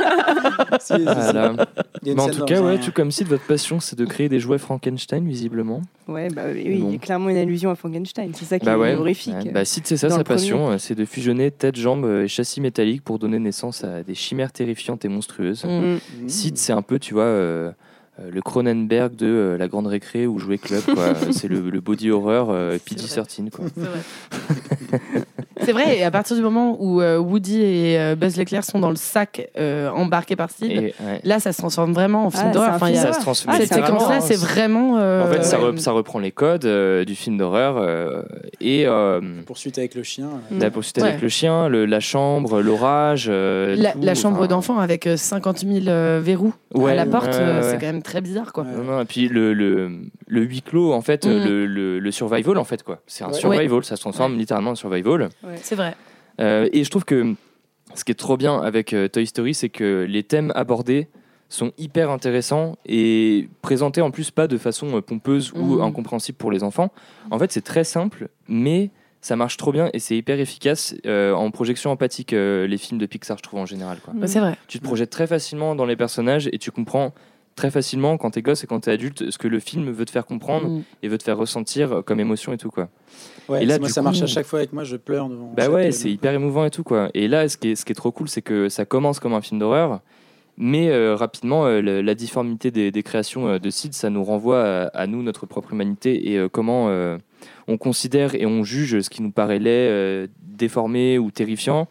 Si, si, si. Voilà. Il y a une Mais en scène tout dans cas, un- ouais, tout comme si votre passion, c'est de créer des jouets Frankenstein, visiblement. Ouais, bah oui, il y Bon. a clairement une allusion à Frankenstein. C'est ça qui Bah est ouais. horrifique. Ouais. Bah, Sid, c'est ça Dans sa le premier. passion, c'est de fusionner tête, jambes et châssis métalliques pour donner naissance à des chimères terrifiantes et monstrueuses. Mm. Sid, c'est un peu, tu vois, le Cronenberg de la grande récré ou jouer club, quoi. C'est le body horror PG-13, quoi. C'est vrai. C'est vrai, et à partir du moment où Woody et Buzz l'éclair sont dans le sac embarqués par Sid, Et, ouais. là, ça se transforme vraiment en film Ah, d'horreur. c'est un Enfin, il y a- film Ça se transforme cette littéralement, séquence-là, hein. c'est vraiment. En fait, ça, ouais. ça reprend les codes du film d'horreur et Poursuite avec le chien. la poursuite Ouais. avec le chien, la chambre, l'orage. La chambre d'enfant avec 50 000 verrous Ouais, à la porte, ouais. c'est quand même très bizarre, quoi. Ouais. Non, non, et puis le huis clos, en fait, le survival, en fait, quoi. C'est un Ouais. survival, ça se transforme littéralement en survival. C'est vrai. Et je trouve que ce qui est trop bien avec Toy Story, c'est que les thèmes abordés sont hyper intéressants et présentés en plus pas de façon pompeuse ou incompréhensible pour les enfants. En fait, c'est très simple, mais ça marche trop bien et c'est hyper efficace en projection empathique, les films de Pixar, je trouve, en général, quoi. C'est vrai. Tu te projettes très facilement dans les personnages et tu comprends très facilement quand t'es gosse et quand t'es adulte ce que le film veut te faire comprendre Mm. et veut te faire ressentir comme émotion et tout, quoi. Ouais, Et là, moi, du ça coup- marche à chaque fois avec moi, je pleure devant. Bah chaque- ouais, c'est hyper émouvant et tout, quoi. Et là, ce qui est trop cool, c'est que ça commence comme un film d'horreur, mais rapidement, la difformité des créations de Sid, ça nous renvoie à nous, notre propre humanité, et comment on considère et on juge ce qui nous paraît laid, déformé ou terrifiant.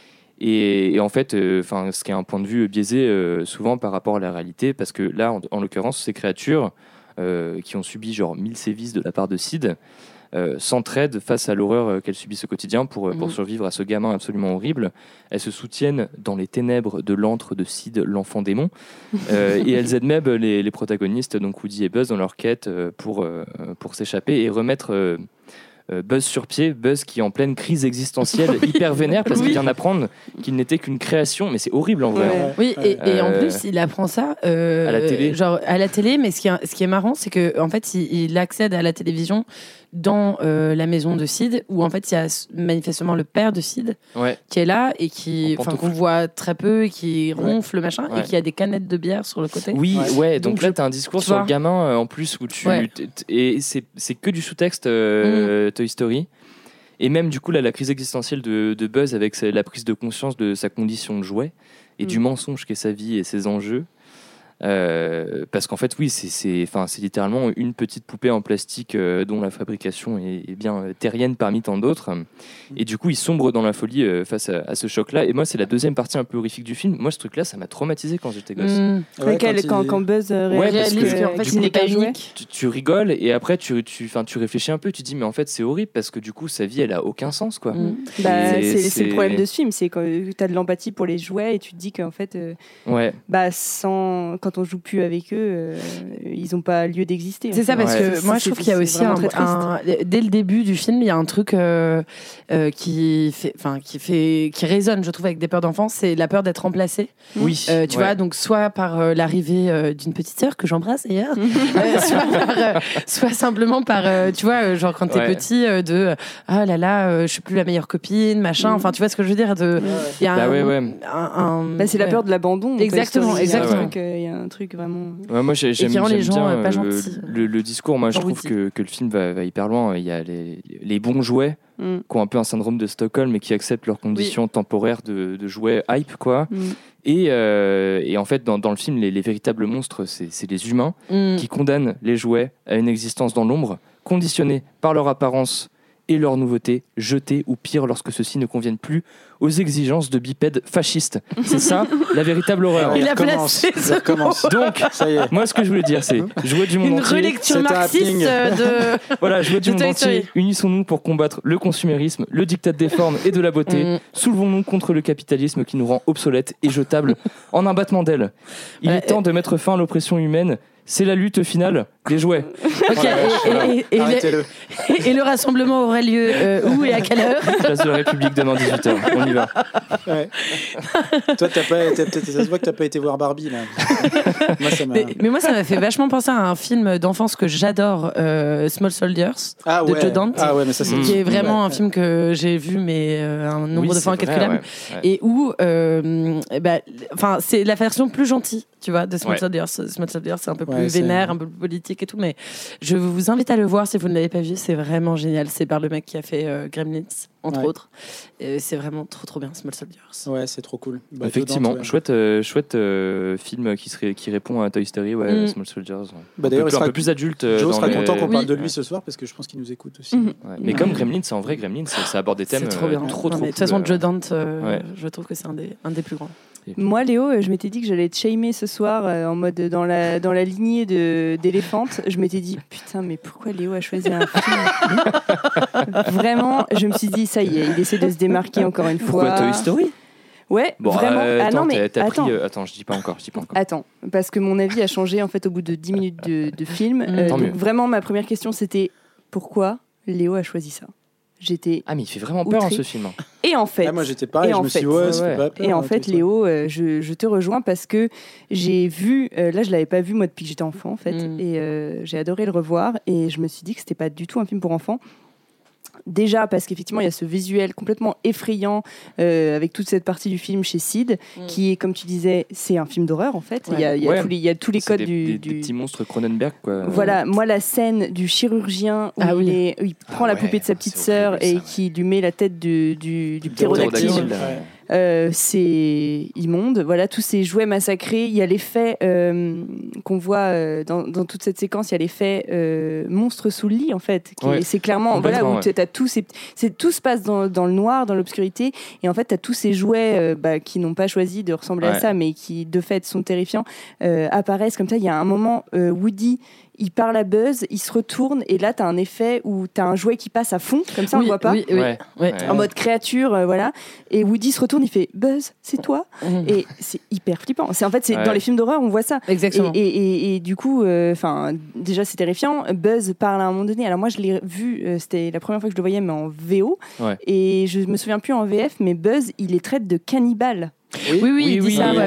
Et en fait, ce qui est un point de vue biaisé souvent par rapport à la réalité, parce que là, en l'occurrence, ces créatures qui ont subi genre 1000 sévices de la part de Sid s'entraident face à l'horreur qu'elles subissent au quotidien pour survivre à ce gamin absolument horrible. Elles se soutiennent dans les ténèbres de l'antre de Sid, l'enfant démon, et elles aident même les protagonistes, donc Woody et Buzz, dans leur quête pour s'échapper et remettre Buzz sur pied, Buzz qui est en pleine crise existentielle, hyper vénère parce qu'il vient d'apprendre qu'il n'était qu'une création, mais c'est horrible en vrai. Ouais. hein. Oui, et en plus, il apprend ça à la télé. genre à la télé. Mais ce qui est marrant, c'est que en fait, il accède à la télévision dans la maison de Sid, où en fait, il y a manifestement le père de Sid Ouais. qui est là et qui, En pantoufles. qu'on voit très peu et qui ronfle machin Ouais. et qui a des canettes de bière sur le côté. Oui, Ouais. ouais. Donc Donc, là, t'as un discours tu sur vois. le gamin en plus où tu Ouais. et c'est que du sous-texte Toy Story. Et même du coup là, la crise existentielle de Buzz avec la prise de conscience de sa condition de jouet et du mensonge qu'est sa vie et ses enjeux. Parce qu'en fait, oui, c'est littéralement une petite poupée en plastique dont la fabrication est bien terrienne parmi tant d'autres. Et du coup, il sombre dans la folie face à ce choc-là. Et moi, c'est la deuxième partie un peu horrifique du film. Moi, ce truc-là, ça m'a traumatisé quand j'étais gosse. Mm. Ouais, Quand Buzz Ouais, parce Réalise que, qu'en fait, du il coup, n'est pas jouet. unique. Tu rigoles et après tu réfléchis un peu, tu te dis mais en fait c'est horrible parce que du coup sa vie elle a aucun sens, quoi. Mm. Bah, Et c'est le problème de ce film, c'est quand tu as de l'empathie pour les jouets et tu te dis qu'en fait, Ouais. quand on joue plus avec eux, ils n'ont pas lieu d'exister. C'est ça, parce Ouais. que moi je trouve qu'il y a aussi dès le début du film, il y a un truc qui résonne, je trouve, avec des peurs d'enfants, c'est la peur d'être remplacé. Oui. Tu Ouais. vois, donc soit par l'arrivée d'une petite sœur que j'embrasse d'ailleurs, soit simplement par, tu vois, genre quand t'es Ouais. petit, ah là là, je suis plus la meilleure copine, machin. Enfin, tu vois ce que je veux dire il y a Bah ouais, ouais. C'est la ouais. peur de l'abandon. Exactement, Toy Story. exactement. Il y a un truc vraiment. Ouais, moi j'aime qui rend les gens, bien pas gentils. le discours. Moi je Pour trouve Woody. que le film va hyper loin. Il y a les bons jouets Mm. qui ont un peu un syndrome de Stockholm mais qui acceptent leurs conditions temporaires de jouets hype, quoi. Mm. Et en fait dans le film les véritables monstres c'est les humains Mm. qui condamnent les jouets à une existence dans l'ombre, conditionnés par leur apparence et leur nouveauté, jetés ou pire lorsque ceux-ci ne conviennent plus aux exigences de bipèdes fascistes. C'est ça la véritable horreur. Il a recommence. placé Il ce recommence. Donc, Ça y est. moi ce que je voulais dire c'est jouer du monde une entier. relecture c'est un marxiste happening. de. Voilà, jouer du de monde Toy entier. Story. Unissons-nous pour combattre le consumérisme, le diktat des formes et de la beauté. Mm. Soulevons-nous contre le capitalisme qui nous rend obsolètes et jetables en un battement d'ailes. Il Ouais, est temps de mettre fin à l'oppression humaine c'est la lutte finale des jouets. Ok, Arrêtez-le. et le rassemblement aurait lieu où et à quelle heure? Place de la République demain 18h. On y va. Ouais. Toi, ça se voit que t'as pas été voir Barbie là. Moi, ça m'a. Mais moi, ça m'a fait vachement penser à un film d'enfance que j'adore, Small Soldiers, de Joe Dante. Ah ouais, mais ça c'est. Qui est vraiment un Ouais. film que j'ai vu, mais un nombre de fois incalculable. Ouais. Et où, c'est la version plus gentille, tu vois, de Small Soldiers. Small Soldiers, c'est un peu plus vénère, un peu plus politique et tout, mais je vous invite à le voir si vous ne l'avez pas vu. C'est vraiment génial. C'est par le mec qui a fait Gremlins, entre autres. Et c'est vraiment trop bien, Small Soldiers. Ouais, c'est trop cool. Bah, Effectivement, Joe Dante, chouette film qui répond à Toy Story, Small Soldiers. Bah, d'ailleurs, un peu plus adulte. Joe sera content qu'on Oui. parle de lui ce soir parce que je pense qu'il nous écoute aussi. Mhm. Ouais. Mais comme Gremlins, en vrai, Gremlins, ça aborde des thèmes C'est trop bien. trop Non, mais cool. de toute façon, Joe Dante, je trouve que c'est un des plus grands. Moi, Léo, je m'étais dit que j'allais te shamer ce soir en mode dans la lignée d'éléphantes. Je m'étais dit, putain, mais pourquoi Léo a choisi un film? Vraiment, je me suis dit, ça y est, il essaie de se démarquer encore une fois. Pourquoi Toy Story? Ouais, Bon, vraiment. attends, non, mais t'as attends. pris. Attends, je dis pas encore. Attends, parce que mon avis a changé en fait au bout de 10 minutes de film. Tant Donc mieux. vraiment, ma première question, c'était pourquoi Léo a choisi ça? J'étais... Ah, mais il fait vraiment peur Outré. ce film. Et en fait... Ah, moi j'étais pareil, Et je en me suis dit, fait, ouais, ça fait pas peur. Et en hein, fait, tout ça. Léo, je te rejoins parce que j'ai vu, là je l'avais pas vu moi depuis que j'étais enfant en fait, et j'ai adoré le revoir et je me suis dit que c'était pas du tout un film pour enfants. Déjà parce qu'effectivement il y a ce visuel complètement effrayant avec toute cette partie du film chez Sid qui est, comme tu disais, c'est un film d'horreur en fait. Il y a tous les codes des petits monstres Cronenberg, quoi. Voilà, moi la scène du chirurgien où il prend la poupée de sa petite sœur et qui lui met la tête du ptérodactyle. C'est immonde. Voilà, tous ces jouets massacrés. Il y a l'effet qu'on voit dans toute cette séquence. Il y a l'effet monstre sous le lit en fait. C'est clairement voilà où t'as tout se passe dans le noir, dans l'obscurité, et en fait t'as tous ces jouets qui n'ont pas choisi de ressembler à ça, mais qui de fait sont terrifiants, apparaissent comme ça. Il y a un moment, Woody il parle à Buzz, il se retourne et là t'as un effet où t'as un jouet qui passe à fond, comme ça on le voit pas, en mode créature, voilà. Et Woody se retourne, il fait Buzz, c'est toi, et c'est hyper flippant. C'est dans les films d'horreur on voit ça. Exactement. Et du coup, déjà c'est terrifiant. Buzz parle à un moment donné. Alors moi je l'ai vu, c'était la première fois que je le voyais, mais en VO, et je me souviens plus en VF, mais Buzz il les traite de cannibales. Oui, il dit ça.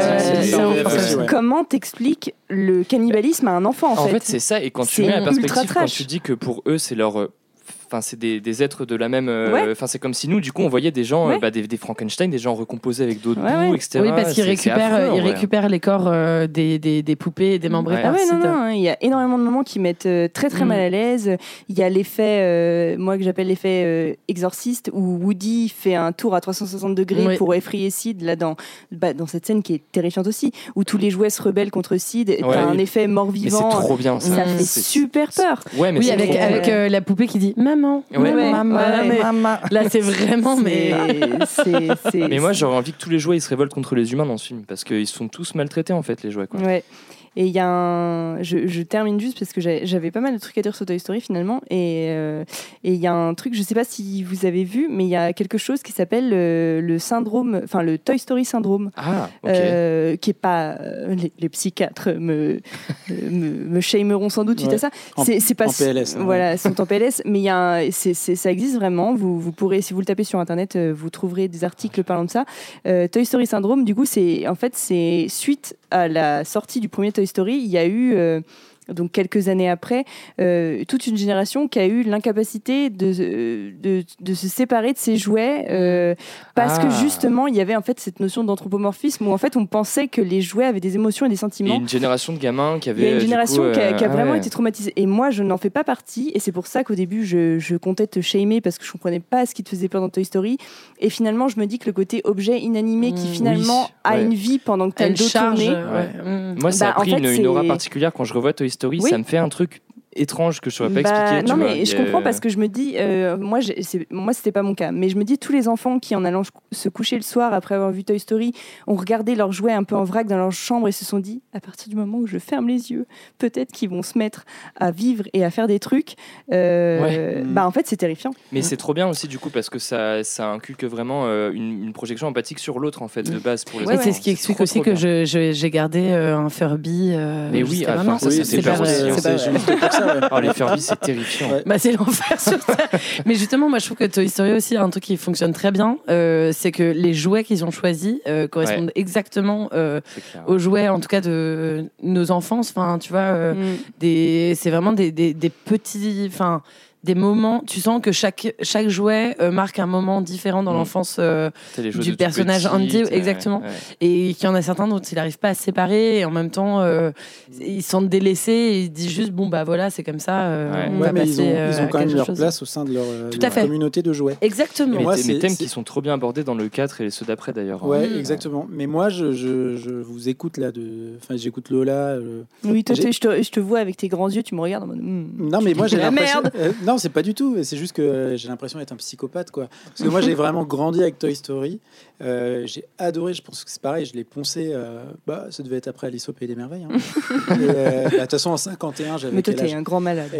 Comment t'expliques le cannibalisme à un enfant en fait? En fait, c'est ça. Et quand tu mets la perspective, quand tu dis que pour eux, c'est leur. Enfin, c'est des êtres de la même. Enfin, c'est comme si nous, du coup, on voyait des gens, des Frankenstein, des gens recomposés avec d'autres bouts, etc. Oui, parce qu'ils récupèrent les corps des poupées et des membres. Non, il y a énormément de moments qui mettent très très mal à l'aise. Il y a l'effet, moi que j'appelle l'effet exorciste, où Woody fait un tour à 360 degrés pour effrayer Sid, là dans cette scène qui est terrifiante aussi, où tous les jouets se rebellent contre Sid. T'as un effet mort-vivant. Mais c'est trop bien, ça. Ça fait super peur. Oui, avec la poupée qui dit maman. Maman. Là, c'est vraiment. Mais moi, j'aurais envie que tous les jouets ils se révoltent contre les humains dans ce film parce qu'ils sont tous maltraités en fait, les jouets. Quoi. Ouais. Et il y a je termine juste parce que j'avais pas mal de trucs à dire sur Toy Story finalement, et il y a un truc, je sais pas si vous avez vu, mais il y a quelque chose qui s'appelle le syndrome, enfin le Toy Story syndrome, qui est pas les psychiatres me shameront sans doute suite à ça. C'est pas en PLS. Voilà, sont en PLS, mais il y a ça existe vraiment. Vous pourrez, si vous le tapez sur internet, vous trouverez des articles parlant de ça. Toy Story syndrome, du coup, c'est suite à la sortie du premier Toy Story, il y a eu donc quelques années après, toute une génération qui a eu l'incapacité de se séparer de ses jouets parce que justement il y avait en fait cette notion d'anthropomorphisme où en fait on pensait que les jouets avaient des émotions et des sentiments. Et une génération de gamins qui avait. Il y a une génération qui a vraiment été traumatisée. Et moi je n'en fais pas partie, et c'est pour ça qu'au début je comptais te shamer parce que je comprenais pas ce qui te faisait peur dans Toy Story. Et finalement je me dis que le côté objet inanimé qui finalement a une vie pendant que tu as le dos tourné. Moi ça a pris une aura particulière quand je revois Toy Story. Ça me fait un truc étranges que je saurais pas expliquer. Non, mais je comprends parce que je me dis, moi, c'était pas mon cas, mais je me dis, tous les enfants qui, en allant se coucher le soir après avoir vu Toy Story, ont regardé leurs jouets un peu en vrac dans leur chambre et se sont dit, à partir du moment où je ferme les yeux, peut-être qu'ils vont se mettre à vivre et à faire des trucs. En fait, c'est terrifiant. Mais c'est trop bien aussi, du coup, parce que ça inculque vraiment une projection empathique sur l'autre, en fait, de base. Pour les enfants. C'est ce qui explique aussi que j'ai gardé un Furby. Mais oui, c'est pas vrai. Oh, les Furby, c'est terrifiant. C'est l'enfer sur Terre. Mais justement, moi, je trouve que Toy Story aussi a un truc qui fonctionne très bien. C'est que les jouets qu'ils ont choisis correspondent exactement aux jouets, en tout cas de nos enfances. Enfin, tu vois, c'est vraiment des petits. Enfin, des moments, tu sens que chaque jouet marque un moment différent dans l'enfance du personnage Andy, exactement. Et qu'il y en a certains dont il n'arrive pas à se séparer, et en même temps, ils se sentent délaissés, et ils disent juste, bon, bah voilà, c'est comme ça. Mais ils ont quand même leur place au sein de leur communauté de jouets. Exactement. Mes thèmes qui sont trop bien abordés dans le 4 et ceux d'après d'ailleurs. Ouais, exactement. Mais moi, je vous écoute là, j'écoute Lola. Oui, toi, je te vois avec tes grands yeux, tu me regardes en mode. Non, mais moi, j'ai l'impression. Non, c'est pas du tout. C'est juste que j'ai l'impression d'être un psychopathe, quoi. Parce que moi, j'ai vraiment grandi avec Toy Story. J'ai adoré. Je pense que c'est pareil. Je l'ai poncé. Ça devait être après Alice au Pays des Merveilles. De toute façon, en 51, j'avais. Mais toi, t'es un grand malade.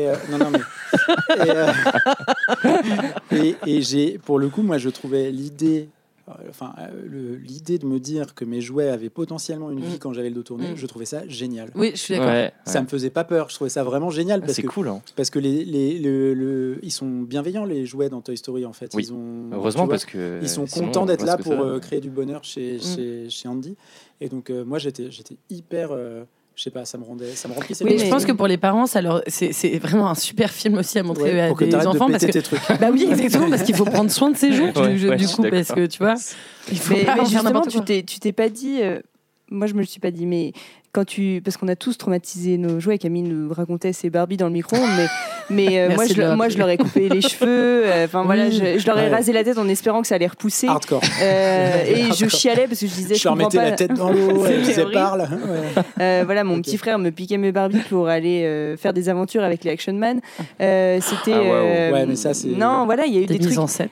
Et j'ai, pour le coup, moi, je trouvais l'idée de me dire que mes jouets avaient potentiellement une vie quand j'avais le dos tourné, je trouvais ça génial. Oui, je suis d'accord. Ça me faisait pas peur, je trouvais ça vraiment génial parce c'est cool, hein. Parce que ils sont bienveillants, les jouets dans Toy Story, en fait. Oui. Heureusement, parce que ils sont contents d'être là pour créer du bonheur chez Andy. Et donc moi j'étais hyper je sais pas, ça me remplissait. Oui, je pense que pour les parents, c'est vraiment un super film aussi à montrer à des enfants, parce que tes trucs. Bah oui, exactement, parce qu'il faut prendre soin de ses jouets du coup, parce que tu vois, mais justement, tu t'es pas dit. Moi, je me le suis pas dit, mais parce qu'on a tous traumatisé nos jouets. Camille nous racontait ses Barbie dans le micro, mais moi je leur ai coupé les cheveux. Voilà, je leur ai rasé la tête en espérant que ça allait repousser. Hardcore. Et je chialais parce que je disais, je leur mettais la tête dans l'eau, je disais parle. Voilà, mon petit frère me piquait mes Barbie pour aller faire des aventures avec les Action Man. C'était. Ouais, mais ça c'est. Non, voilà, il y a eu des trucs en scène.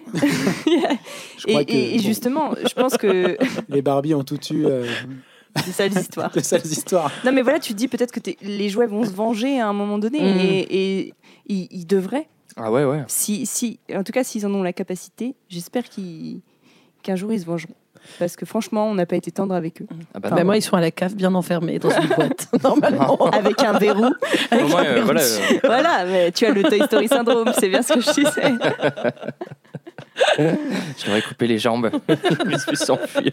Et justement, je pense que les Barbie ont tout eu. Des sales histoires. Non, mais voilà, tu te dis peut-être que les jouets vont se venger à un moment donné, et ils devraient. Ah ouais. En tout cas, s'ils en ont la capacité, j'espère qu'un jour ils se vengeront. Parce que franchement, on n'a pas été tendre avec eux. Moi, ils sont à la cave, bien enfermés dans une boîte, normalement. Avec un verrou. Voilà, mais tu as le Toy Story syndrome, c'est bien ce que je disais. Je leur ai coupé les jambes. Je me suis s'enfuir.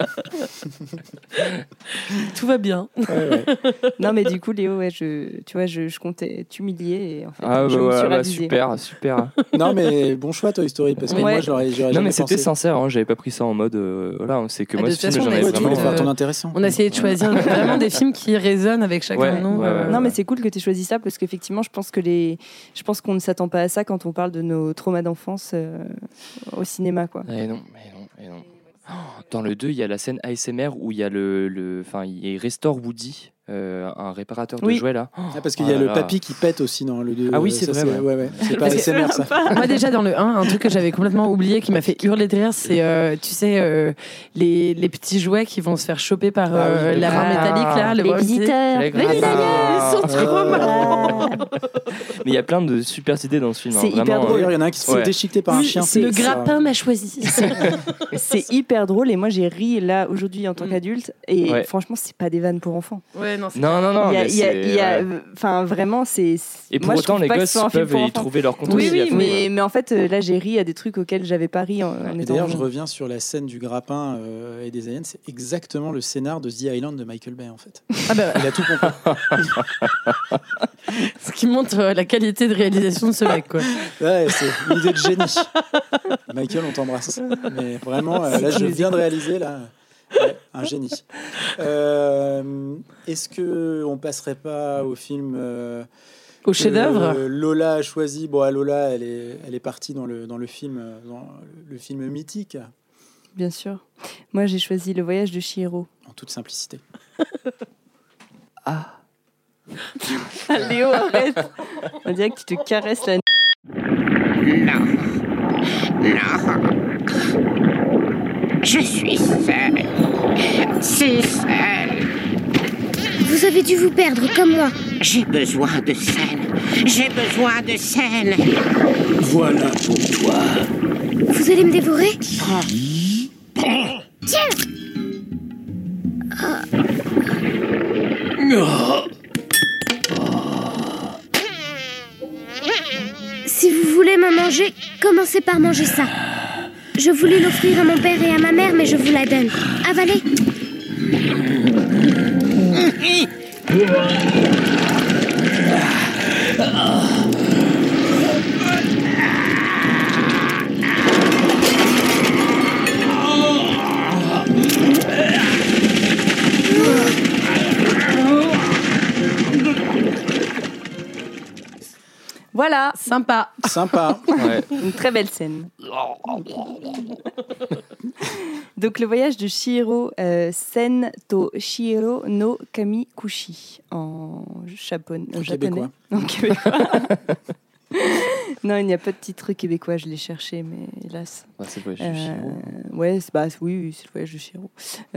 Tout va bien. Ouais. Non, mais du coup, Léo, je comptais t'humilier. Et en fait, je me suis ravisée. Super. Non, mais bon choix, Toy Story, parce que moi, j'aurais non, mais c'était pensé. sincère, hein, j'avais pas pris ça en mode. C'est que moi, de ce film, toute façon, j'en avais vraiment. faire ton intéressant. On a essayé de choisir vraiment des films qui résonnent avec chacun de nous. Non, mais c'est cool que tu aies choisi ça, parce qu'effectivement, je pense qu'on ne s'attend pas à ça quand on parle de nos traumas d'enfance au cinéma, quoi. Et non. Dans le 2, il y a la scène ASMR où il y a il restaure Woody, un réparateur de jouets là. Parce qu'il y a le papy qui pète aussi dans le 2. Ah oui, c'est vrai. Ouais. C'est pas ASMR, ça. Moi, déjà, dans le 1, un truc que j'avais complètement oublié, qui m'a fait hurler de rire, c'est, tu sais, les petits jouets qui vont se faire choper par la main métallique, là. Les visiteurs. Ils sont trop marrants. Mais il y a plein de super idées dans ce film. C'est hyper drôle. Il y en a un qui se fait déchiqueter par un chien. Le grappin m'a choisi. C'est hyper drôle, et moi, j'ai ri là aujourd'hui en tant qu'adulte, et franchement, c'est pas des vannes pour enfants. Non. Enfin, vraiment, c'est. Et pour autant, les gosses peuvent y trouver leur compte. Oui, mais en fait, là, j'ai ri à des trucs auxquels j'avais pas ri en étant. D'ailleurs, je reviens sur la scène du grappin et des aliens. C'est exactement le scénar de The Island de Michael Bay, en fait. Il a tout compris. Ce qui montre la qualité de réalisation de ce mec, quoi. Ouais, c'est une idée de génie. Michael, on t'embrasse. Mais vraiment, là, je viens de réaliser là. Ouais, un génie. Est-ce qu'on passerait pas au film au chef-d'œuvre Lola a choisi. Bon, Lola, elle est partie dans le film mythique. Bien sûr. Moi, j'ai choisi Le Voyage de Chihiro. En toute simplicité. Léo, arrête. On dirait que tu te caresses la... Non. Je suis seule. Si seule. Vous avez dû vous perdre, comme moi. J'ai besoin de scène. Voilà pour toi. Vous allez me dévorer? Tiens! Si vous voulez me manger, commencez par manger ça. Je voulais l'offrir à mon père et à ma mère, mais je vous la donne. Avalez. Voilà, Sympa. Ouais. une très belle scène. Donc le voyage de Chihiro, Sen to Chihiro no Kamikushi en japonais. Québécois. En québécois. Non, il n'y a pas de titre québécois, je l'ai cherché, mais hélas. Ah, c'est le voyage de Chihiro. Ouais, oui, c'est le voyage de Chihiro.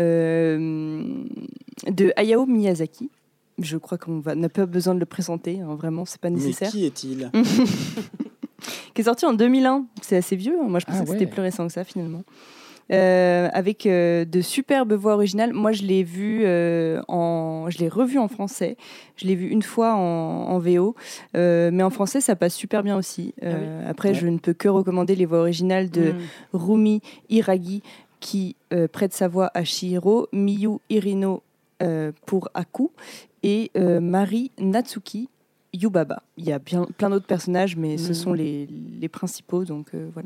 De Hayao Miyazaki. Je crois qu'on n'a pas besoin de le présenter, hein, vraiment, c'est pas nécessaire. Mais qui est-il? Qui est sorti en 2001. C'est assez vieux. Moi, je pensais que c'était plus récent que ça, finalement. Avec de superbes voix originales. Moi, je l'ai revu en français. Je l'ai vu une fois en VO, mais en français, ça passe super bien aussi. Après, je ne peux que recommander les voix originales de Rumi Iragi, qui prête sa voix à Chihiro, Miyu Hirino pour Aku, et Mari Natsuki Yubaba. Il y a plein d'autres personnages, mais ce sont les principaux, donc voilà.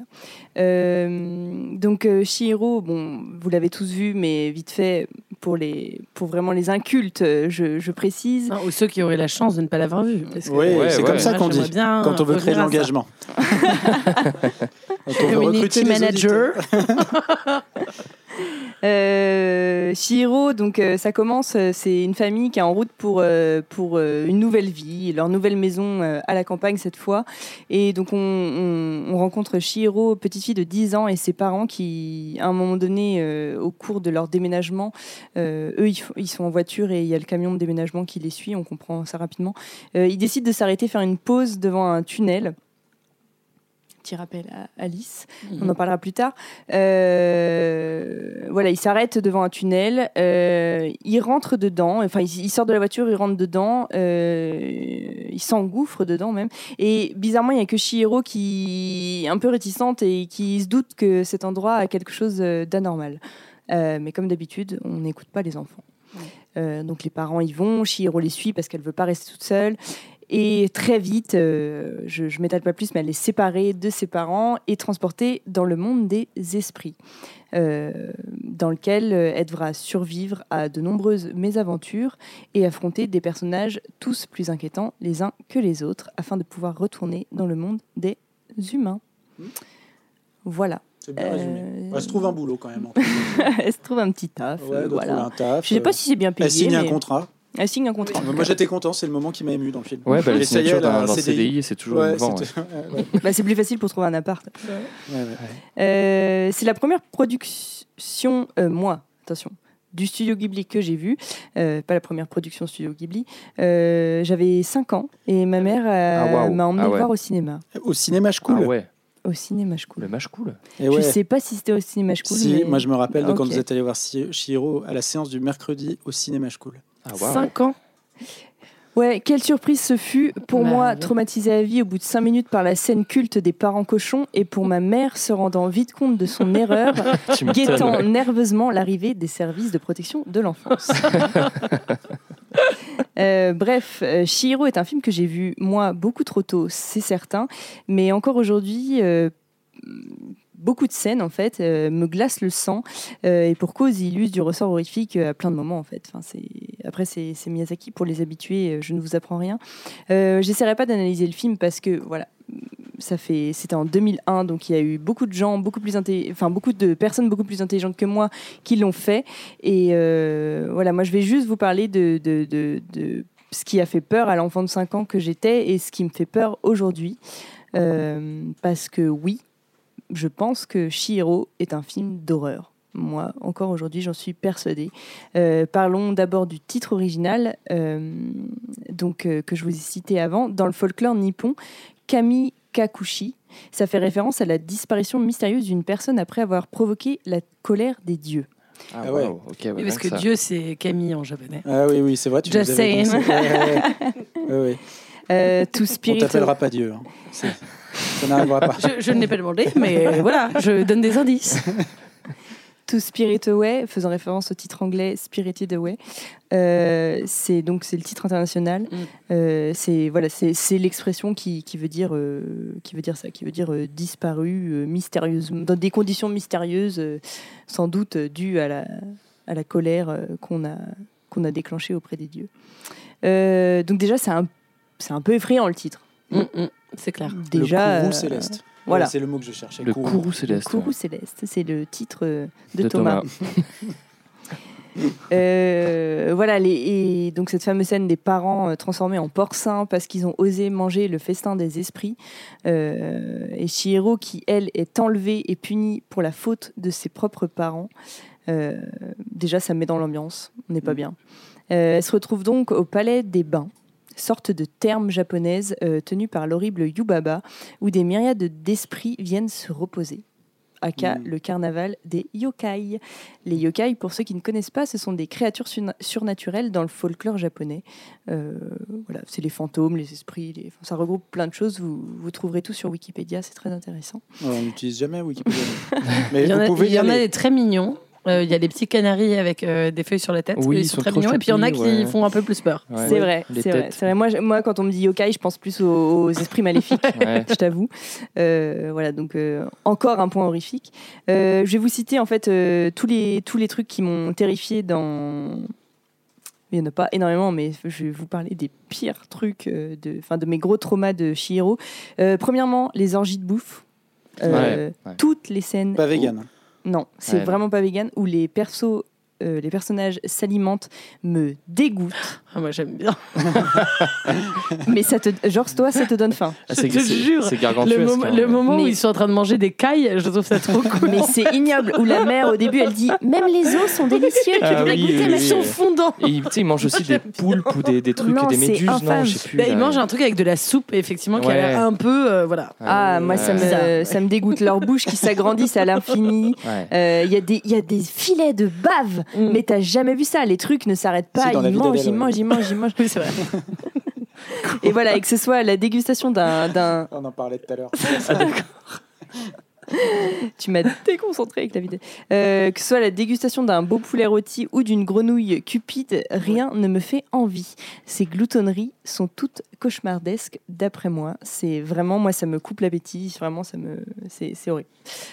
Donc Chihiro, bon, vous l'avez tous vu, mais vite fait, pour vraiment les incultes, je précise. Ou ceux qui auraient la chance de ne pas l'avoir vu. Oui, c'est comme ça qu'on dit, quand on veut créer de l'engagement. Community manager. Chihiro, donc ça commence, c'est une famille qui est en route pour une nouvelle vie, leur nouvelle maison à la campagne cette fois, et donc on rencontre Chihiro, petite fille de 10 ans, et ses parents qui, à un moment donné, au cours de leur déménagement, eux ils sont en voiture et il y a le camion de déménagement qui les suit, on comprend ça rapidement, ils décident de s'arrêter, faire une pause devant un tunnel. Petit rappel à Alice, on en parlera plus tard. Voilà, il s'arrête devant un tunnel, il rentre dedans, enfin il sort de la voiture, il rentre dedans, il s'engouffre dedans même, et bizarrement il n'y a que Chihiro qui est un peu réticente et qui se doute que cet endroit a quelque chose d'anormal. Mais comme d'habitude, on n'écoute pas les enfants. Donc les parents y vont, Chihiro les suit parce qu'elle ne veut pas rester toute seule. Et très vite, je ne m'étale pas plus, mais elle est séparée de ses parents et transportée dans le monde des esprits, dans lequel elle devra survivre à de nombreuses mésaventures et affronter des personnages tous plus inquiétants les uns que les autres, afin de pouvoir retourner dans le monde des humains. Voilà. C'est bien résumé. Elle se trouve un boulot quand même. Elle se trouve un petit taf. Voilà. Un taf, je ne sais pas si c'est bien payé. Elle signe un contrat. Elle signe un contrat. Moi j'étais content, c'est le moment qui m'a ému dans le film. Ouais, la signature d'un CDI, c'est toujours émouvant. C'est plus facile pour trouver un appart. C'est la première production, attention, du studio Ghibli que j'ai vu, pas la première production studio Ghibli. J'avais 5 ans et ma mère m'a emmené voir au cinéma. Au cinéma Schkool. Ah ouais. Au cinéma Schkool. Le Mashkool. Je sais pas si c'était au cinéma Schkool. Si, moi je me rappelle de quand vous êtes allé voir Chihiro à la séance du mercredi au cinéma Schkool. 5 ans. Ouais, quelle surprise ce fut pour moi, traumatisée à vie au bout de 5 minutes par la scène culte des parents cochons, et pour ma mère se rendant vite compte de son erreur, guettant nerveusement l'arrivée des services de protection de l'enfance. Bref, Chihiro est un film que j'ai vu, moi, beaucoup trop tôt, c'est certain, mais encore aujourd'hui... beaucoup de scènes en fait me glacent le sang, et pour cause il use du ressort horrifique à plein de moments en fait. Enfin, après c'est Miyazaki, pour les habitués, je ne vous apprends rien. J'essaierai pas d'analyser le film parce que voilà, c'était en 2001, donc il y a eu beaucoup de gens beaucoup de personnes beaucoup plus intelligentes que moi qui l'ont fait, et voilà, moi je vais juste vous parler de ce qui a fait peur à l'enfant de 5 ans que j'étais et ce qui me fait peur aujourd'hui. Parce que oui, je pense que Chihiro est un film d'horreur. Moi, encore aujourd'hui, j'en suis persuadée. Parlons d'abord du titre original, que je vous ai cité avant. Dans le folklore nippon, Kami Kakushi, ça fait référence à la disparition mystérieuse d'une personne après avoir provoqué la colère des dieux. Ah ouais. Wow. Okay, oui, parce que ça. Dieu, c'est Camille en japonais. Ah oui, c'est vrai. Tu Just saying. Oui. Tout spirit. On t'appellera pas Dieu. Hein. Ça n'arrivera pas. Je ne l'ai pas demandé, mais voilà, je donne des indices. To Spirit Away, faisant référence au titre anglais Spirited Away. C'est le titre international. C'est l'expression qui veut dire ça, qui veut dire disparu, mystérieusement, dans des conditions mystérieuses, sans doute dues à la colère qu'on a déclenchée auprès des dieux. Donc déjà, c'est un peu effrayant le titre. C'est clair. Déjà, le courroux céleste. Voilà. C'est le mot que je cherchais. Le courroux céleste. Le courroux céleste, c'est le titre de Thomas. Voilà, et donc cette fameuse scène des parents transformés en porcins parce qu'ils ont osé manger le festin des esprits. Et Chihiro qui, elle, est enlevée et punie pour la faute de ses propres parents. Déjà, ça met dans l'ambiance. On n'est pas bien. Elle se retrouve donc au palais des bains, sorte de terme japonaise tenue par l'horrible Yubaba, où des myriades d'esprits viennent se reposer. Aka, le carnaval des yokai. Les yokai, pour ceux qui ne connaissent pas, ce sont des créatures surnaturelles dans le folklore japonais. Voilà, c'est les fantômes, les esprits, ça regroupe plein de choses. Vous trouverez tout sur Wikipédia, c'est très intéressant. On n'utilise jamais Wikipédia. Mais il y en a des très mignons. Il y a les petits canaris avec des feuilles sur la tête, oui, ils sont très mignons. Et puis il y en a qui font un peu plus peur. Ouais. C'est vrai. Moi, quand on me dit yokai, je pense plus aux esprits maléfiques, je t'avoue. Voilà, donc encore un point horrifique. Je vais vous citer en fait tous les trucs qui m'ont terrifiée dans. Il n'y en a pas énormément, mais je vais vous parler des pires trucs, de mes gros traumas de Chihiro. Premièrement, les orgies de bouffe. Toutes les scènes. Pas vegan. Non, c'est vraiment pas vegan, où les personnages s'alimentent me dégoûtent. Ah, moi j'aime bien. Mais ça te donne faim. Je te jure. C'est gargantuesque. Le moment où ils sont en train de manger des cailles, je trouve ça trop cool. Mais c'est ignoble. Où la mère au début elle dit même les os sont délicieux, tu devrais goûter, mais ils sont fondants. Et ils mangent aussi des poulpes ou des trucs, des méduses. Non, je sais plus. Ils mangent un truc avec de la soupe, effectivement, qui a l'air un peu voilà. Moi ça me dégoûte. Leur bouche qui s'agrandissent à l'infini. Il y a des filets de bave. Mais t'as jamais vu ça. Les trucs ne s'arrêtent pas. Ils mangent. Oui, c'est vrai. Et voilà, et que ce soit la dégustation d'un... On en parlait tout à l'heure. D'accord. Tu m'as déconcentré avec la vidéo. Que ce soit la dégustation d'un beau poulet rôti ou d'une grenouille cupide, rien ne me fait envie. Ces gloutonneries sont toutes cauchemardesques, d'après moi. C'est vraiment, moi, ça me coupe l'appétit. Vraiment, c'est horrible.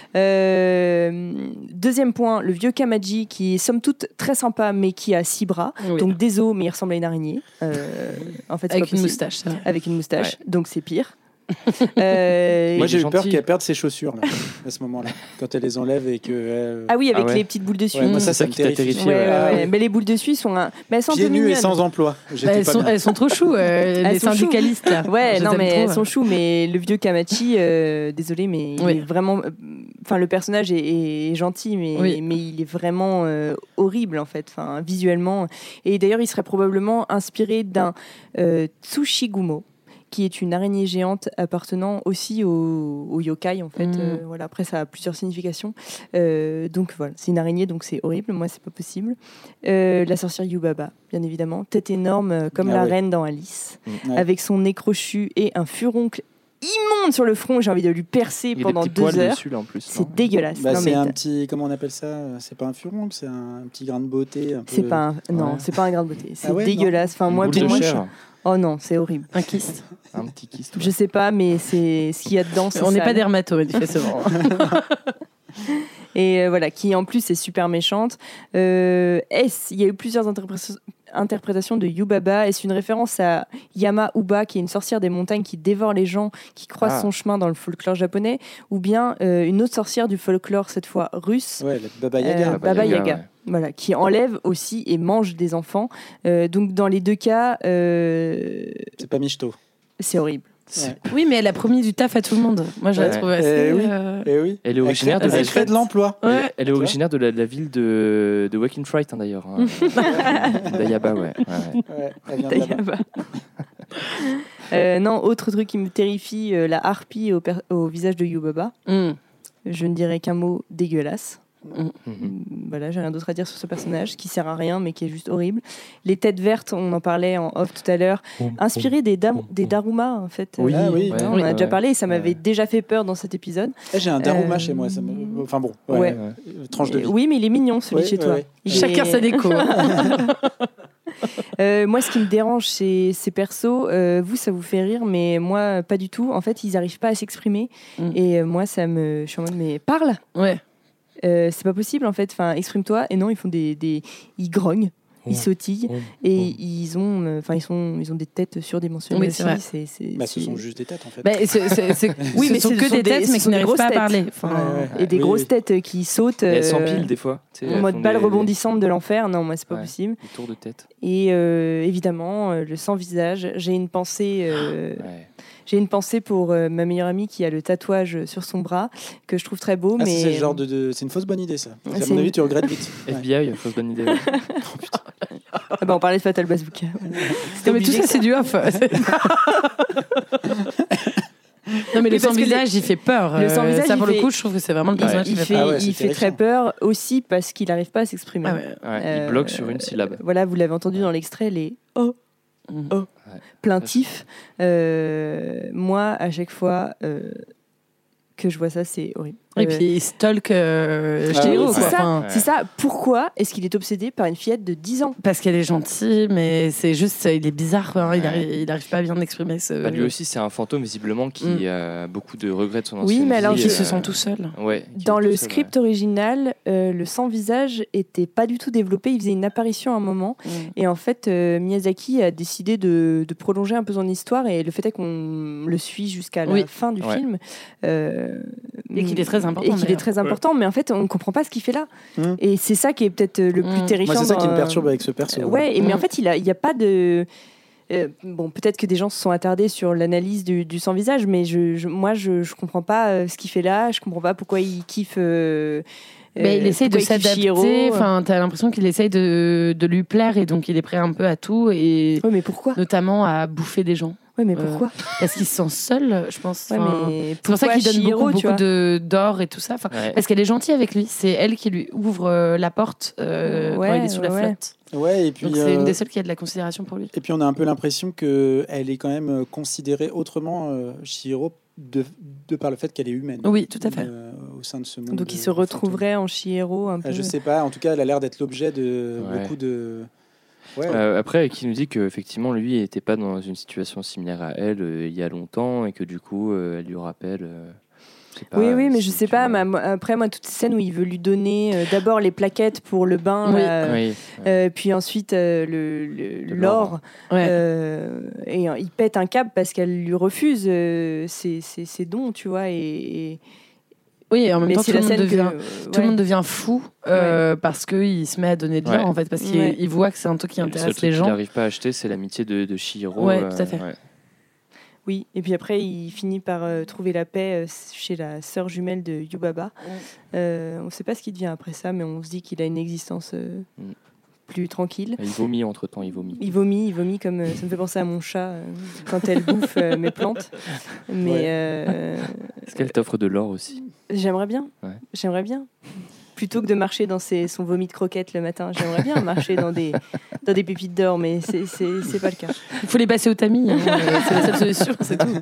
Deuxième point, le vieux Kamaji, qui est somme toute très sympa, mais qui a 6 bras. Oui. Donc des os, mais il ressemble à une araignée. En fait, avec une moustache. Ça. Avec une moustache, donc c'est pire. Moi j'ai eu peur qu'elle perde ses chaussures là, à ce moment-là, quand elle les enlève et que. Ah oui, avec les petites boules de suie. Moi ça me terrifie. Mais les boules de suie sont mais elles sont pieds un peu nus mignonnes. Et sans emploi. Elles sont trop choues, les syndicalistes là. Ouais, non mais elles sont choues, mais le vieux Kamachi, désolé, mais il est vraiment. Enfin, le personnage est gentil, mais il est vraiment horrible en fait, visuellement. Et d'ailleurs, il serait probablement inspiré d'un Tsushigumo, qui est une araignée géante appartenant aussi au yokai en fait. Voilà, après ça a plusieurs significations. Donc voilà, c'est une araignée, donc c'est horrible. Moi, c'est pas possible. La sorcière Yubaba, bien évidemment, tête énorme comme la reine dans Alice, avec son nez crochu et un furoncle immonde sur le front. J'ai envie de lui percer pendant 2 heures. Dessus, là, en plus, c'est dégueulasse. C'est un petit, comment on appelle ça ? C'est pas un furoncle, c'est un petit grain de beauté. C'est pas un grain de beauté. C'est dégueulasse. Enfin, moi, oh non, c'est horrible. Un kyste. Un petit kyste. Je sais pas, mais c'est ce qu'il y a dedans. On n'est pas dermato, manifestement. Et voilà, qui en plus est super méchante. Il y a eu plusieurs interprétations de Yubaba. Est-ce une référence à Yama-Uba, qui est une sorcière des montagnes qui dévore les gens qui croisent son chemin dans le folklore japonais, ou bien une autre sorcière du folklore, cette fois russe. Ouais, la Baba Yaga. Baba Yaga. Voilà, qui enlève aussi et mange des enfants. Donc dans les deux cas, c'est pas michto. C'est horrible. Ouais. Oui, mais elle a promis du taf à tout le monde. Moi, je la trouve assez. Oui. Elle est originaire elle crée de l'emploi. Ouais. Elle est originaire de la ville de Waking Fright, d'ailleurs. D'Ayaba, ouais. Elle vient d'Ayaba. Non, autre truc qui me terrifie, la harpie au visage de Yubaba. Je ne dirais qu'un mot dégueulasse. Voilà, j'ai rien d'autre à dire sur ce personnage qui sert à rien mais qui est juste horrible. Les têtes vertes, on en parlait en off tout à l'heure, inspirées des Daruma en fait. Oui, on en a déjà parlé et ça m'avait déjà fait peur dans cet épisode. J'ai un Daruma chez moi, enfin bon, tranche de vie. Oui, mais il est mignon celui de chez toi. Chacun sa déco. Moi, ce qui me dérange, c'est ces persos. Vous, ça vous fait rire, mais moi, pas du tout. En fait, ils n'arrivent pas à s'exprimer. Et moi, je suis en mode, mais parle. Ouais. C'est pas possible en fait. Enfin, exprime-toi. Et non, ils font ils grognent, ils sautillent et ils ont des têtes surdimensionnées. Oui, c'est vrai. Ce sont juste des têtes en fait. Oui, mais ce sont que des têtes, mais qui n'arrivent pas à parler. Et des grosses têtes qui sautent. Et elles s'empilent des fois. En mode balle rebondissante de l'enfer. Non, moi, c'est pas possible. Des tours de tête. Et évidemment, le sans-visage. J'ai une pensée. J'ai une pensée pour ma meilleure amie qui a le tatouage sur son bras que je trouve très beau. Mais c'est le genre c'est une fausse bonne idée ça. À mon avis, tu regrettes vite. FBI, fausse bonne idée. Oh putain. On parlait de Fatal Bazooka. Non, mais tout ça, c'est du off. Non, mais le sans-visage, il fait peur. Le sans-visage, ça, pour le coup, je trouve que c'est vraiment le personnage qui fait peur. Il fait très peur aussi parce qu'il n'arrive pas à s'exprimer. Il bloque sur une syllabe. Voilà, vous l'avez entendu dans l'extrait, les oh, plaintifs. Moi, à chaque fois que je vois ça, c'est horrible. Et puis il stalk Chihiro. C'est ça. Pourquoi est-ce qu'il est obsédé par une fillette de 10 ans ? Parce qu'elle est gentille, mais c'est juste, il est bizarre. Il n'arrive pas à bien exprimer ce. Lui aussi, c'est un fantôme visiblement qui a beaucoup de regrets de son ancienne vie. Oui, mais alors ils se sont tout seuls. Dans le script original, le sans-visage était pas du tout développé. Il faisait une apparition à un moment, et en fait, Miyazaki a décidé de prolonger un peu son histoire, et le fait est qu'on le suit jusqu'à la fin du film. Et qu'il est très important. Est très important, mais en fait, on ne comprend pas ce qu'il fait là. Et c'est ça qui est peut-être le plus terrifiant. Moi, c'est ça qui me perturbe avec ce perso. Mais en fait, il y a pas de... bon, peut-être que des gens se sont attardés sur l'analyse du sans-visage, mais moi, je comprends pas ce qu'il fait là. Je comprends pas pourquoi il kiffe... mais il essaye de s'adapter. Enfin, t'as l'impression qu'il essaye de lui plaire, et donc il est prêt un peu à tout. Et oui, mais pourquoi ? Notamment à bouffer des gens. Oui, mais pourquoi ? Parce qu'il se sent seul, je pense. Mais c'est pour ça qu'il donne Chihiro, beaucoup d'or et tout ça. Parce qu'elle est gentille avec lui. C'est elle qui lui ouvre la porte quand il est sous la flotte. Ouais, et puis donc c'est une des seules qui a de la considération pour lui. Et puis on a un peu l'impression qu'elle est quand même considérée autrement, Chihiro, de par le fait qu'elle est humaine. Oui, tout à fait. Au sein de ce monde. Donc il se retrouverait en Chihiro un peu. Je sais pas. En tout cas, elle a l'air d'être l'objet de beaucoup de. Après, qui nous dit qu'effectivement, lui n'était pas dans une situation similaire à elle il y a longtemps, et que du coup, elle lui rappelle. Oui, mais je sais pas. Après, moi, toutes ces scènes où il veut lui donner d'abord les plaquettes pour le bain, puis ensuite l'or, et il pète un câble parce qu'elle lui refuse ses dons, tu vois. Oui, et en même temps, tout le monde devient fou parce qu'il se met à donner de l'or, en fait, parce qu'il voit que c'est un truc qui intéresse les gens. Ce qu'il n'arrive pas à acheter, c'est l'amitié de Chihiro. Oui, tout à fait. Oui, et puis après, il finit par trouver la paix chez la sœur jumelle de Yubaba. On ne sait pas ce qui devient après ça, mais on se dit qu'il a une existence plus tranquille. Il vomit entre-temps, il vomit. Il vomit comme... ça me fait penser à mon chat quand elle bouffe mes plantes. Mais, est-ce qu'elle t'offre de l'or aussi ? J'aimerais bien. Plutôt que de marcher dans son vomi de croquettes le matin, j'aimerais bien marcher dans des pépites d'or, mais c'est pas le cas. Il faut les passer au tamis, c'est la seule solution, c'est tout.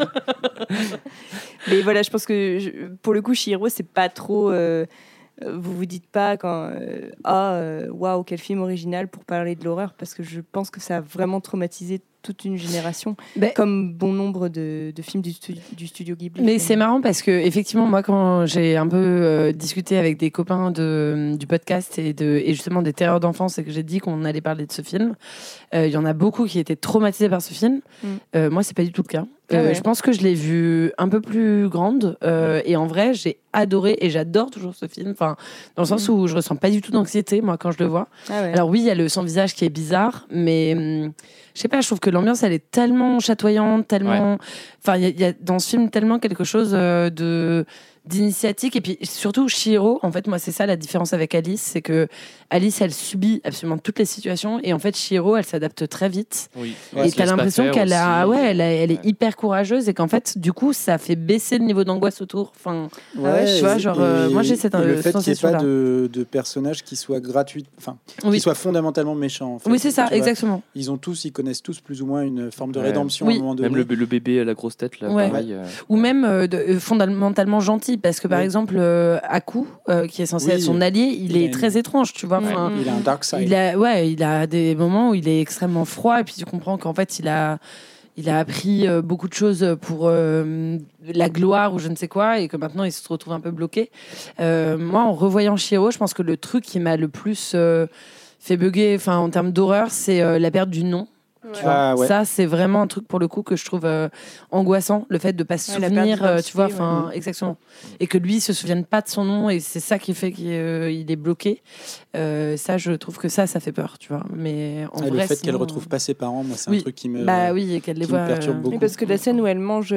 Mais voilà, je pense que pour le coup, Chihiro, c'est pas trop... vous dites pas quand waouh, quel film original pour parler de l'horreur, parce que je pense que ça a vraiment traumatisé toute une génération, comme bon nombre de films du studio Ghibli. Mais c'est marrant parce que effectivement, moi, quand j'ai un peu discuté avec des copains du podcast et justement des terreurs d'enfance, et que j'ai dit qu'on allait parler de ce film, il y en a beaucoup qui étaient traumatisés par ce film. Moi, c'est pas du tout le cas. Je pense que je l'ai vu un peu plus grande et en vrai j'ai adoré et j'adore toujours ce film, enfin dans le sens où je ressens pas du tout d'anxiété moi quand je le vois. Alors oui, il y a le sans visage qui est bizarre, mais je sais pas, je trouve que l'ambiance elle est tellement chatoyante, tellement, enfin il y a dans ce film tellement quelque chose d'initiatique. Et puis surtout Chihiro, en fait moi c'est ça la différence avec Alice, c'est que Alice elle subit absolument toutes les situations et en fait Chihiro elle s'adapte très vite et t'as l'impression qu'elle elle est hyper courageuse et qu'en fait du coup ça fait baisser le niveau d'angoisse autour, enfin tu vois, genre moi j'ai cette le fait qu'il n'y ait pas là de personnages qui soient gratuits, enfin qui soient fondamentalement méchants en fait. Oui c'est ça, exactement. Ils connaissent tous plus ou moins une forme de rédemption à un moment donné. Même le bébé à la grosse tête là, pareil, ou même fondamentalement gentil, parce que par exemple Aku qui est censé être son allié, il est très étrange, tu vois. Il a un dark side. Il a des moments où il est extrêmement froid et puis tu comprends qu'en fait il a appris beaucoup de choses pour la gloire ou je ne sais quoi et que maintenant il se retrouve un peu bloqué. Moi en revoyant Chihiro, je pense que le truc qui m'a le plus fait bugger, enfin en termes d'horreur, c'est la perte du nom. Tu vois, ça c'est vraiment un truc pour le coup que je trouve angoissant, le fait de pas se souvenir, tu vois, enfin exactement, et que lui il se souvienne pas de son nom et c'est ça qui fait qu'il est bloqué. Ça je trouve que ça fait peur, tu vois. Mais en vrai, le fait sinon, qu'elle retrouve pas ses parents, moi c'est un truc qui me et qu'elle les voit perturbe beaucoup. Parce que la scène où elle mange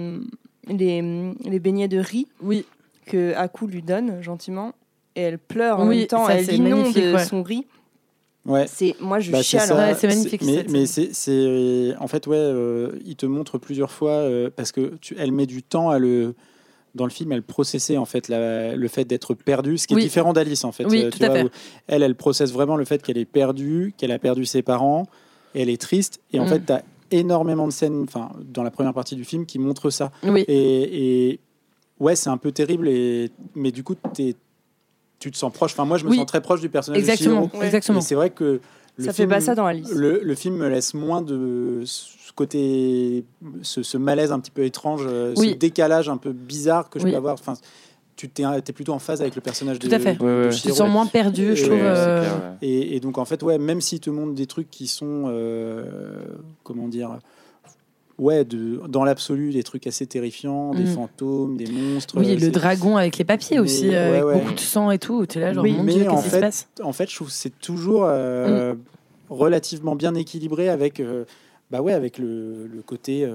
les beignets de riz, que Aku lui donne gentiment et elle pleure en même temps, elle inonde son riz. Moi je chiale. C'est magnifique. Mais c'est en fait il te montre plusieurs fois parce que elle met du temps dans le film, elle processait en fait le fait d'être perdue, ce qui est différent d'Alice en fait. Tu vois, elle processe vraiment le fait qu'elle est perdue, qu'elle a perdu ses parents, et elle est triste. Et en fait, t'as énormément de scènes, enfin dans la première partie du film, qui montrent ça. Et c'est un peu terrible. Mais du coup, tu te sens proche. Enfin, moi, je me sens très proche du personnage de Chihiro. Exactement. Et c'est vrai que ça fait pas ça dans Alice. Le film me laisse moins de ce côté, ce malaise un petit peu étrange, ce décalage un peu bizarre que je peux avoir. Enfin, tu es plutôt en phase avec le personnage de Chihiro. Tu te sens moins perdu, je trouve. Et donc, en fait, même s'il te montre des trucs qui sont, comment dire... dans l'absolu, des trucs assez terrifiants, des fantômes, des monstres. Oui, le dragon avec les papiers aussi, avec beaucoup de sang et tout. T'es là, genre, mon Dieu, qu'est-ce qui se passe ? En fait, je trouve que c'est toujours relativement bien équilibré avec, avec le côté...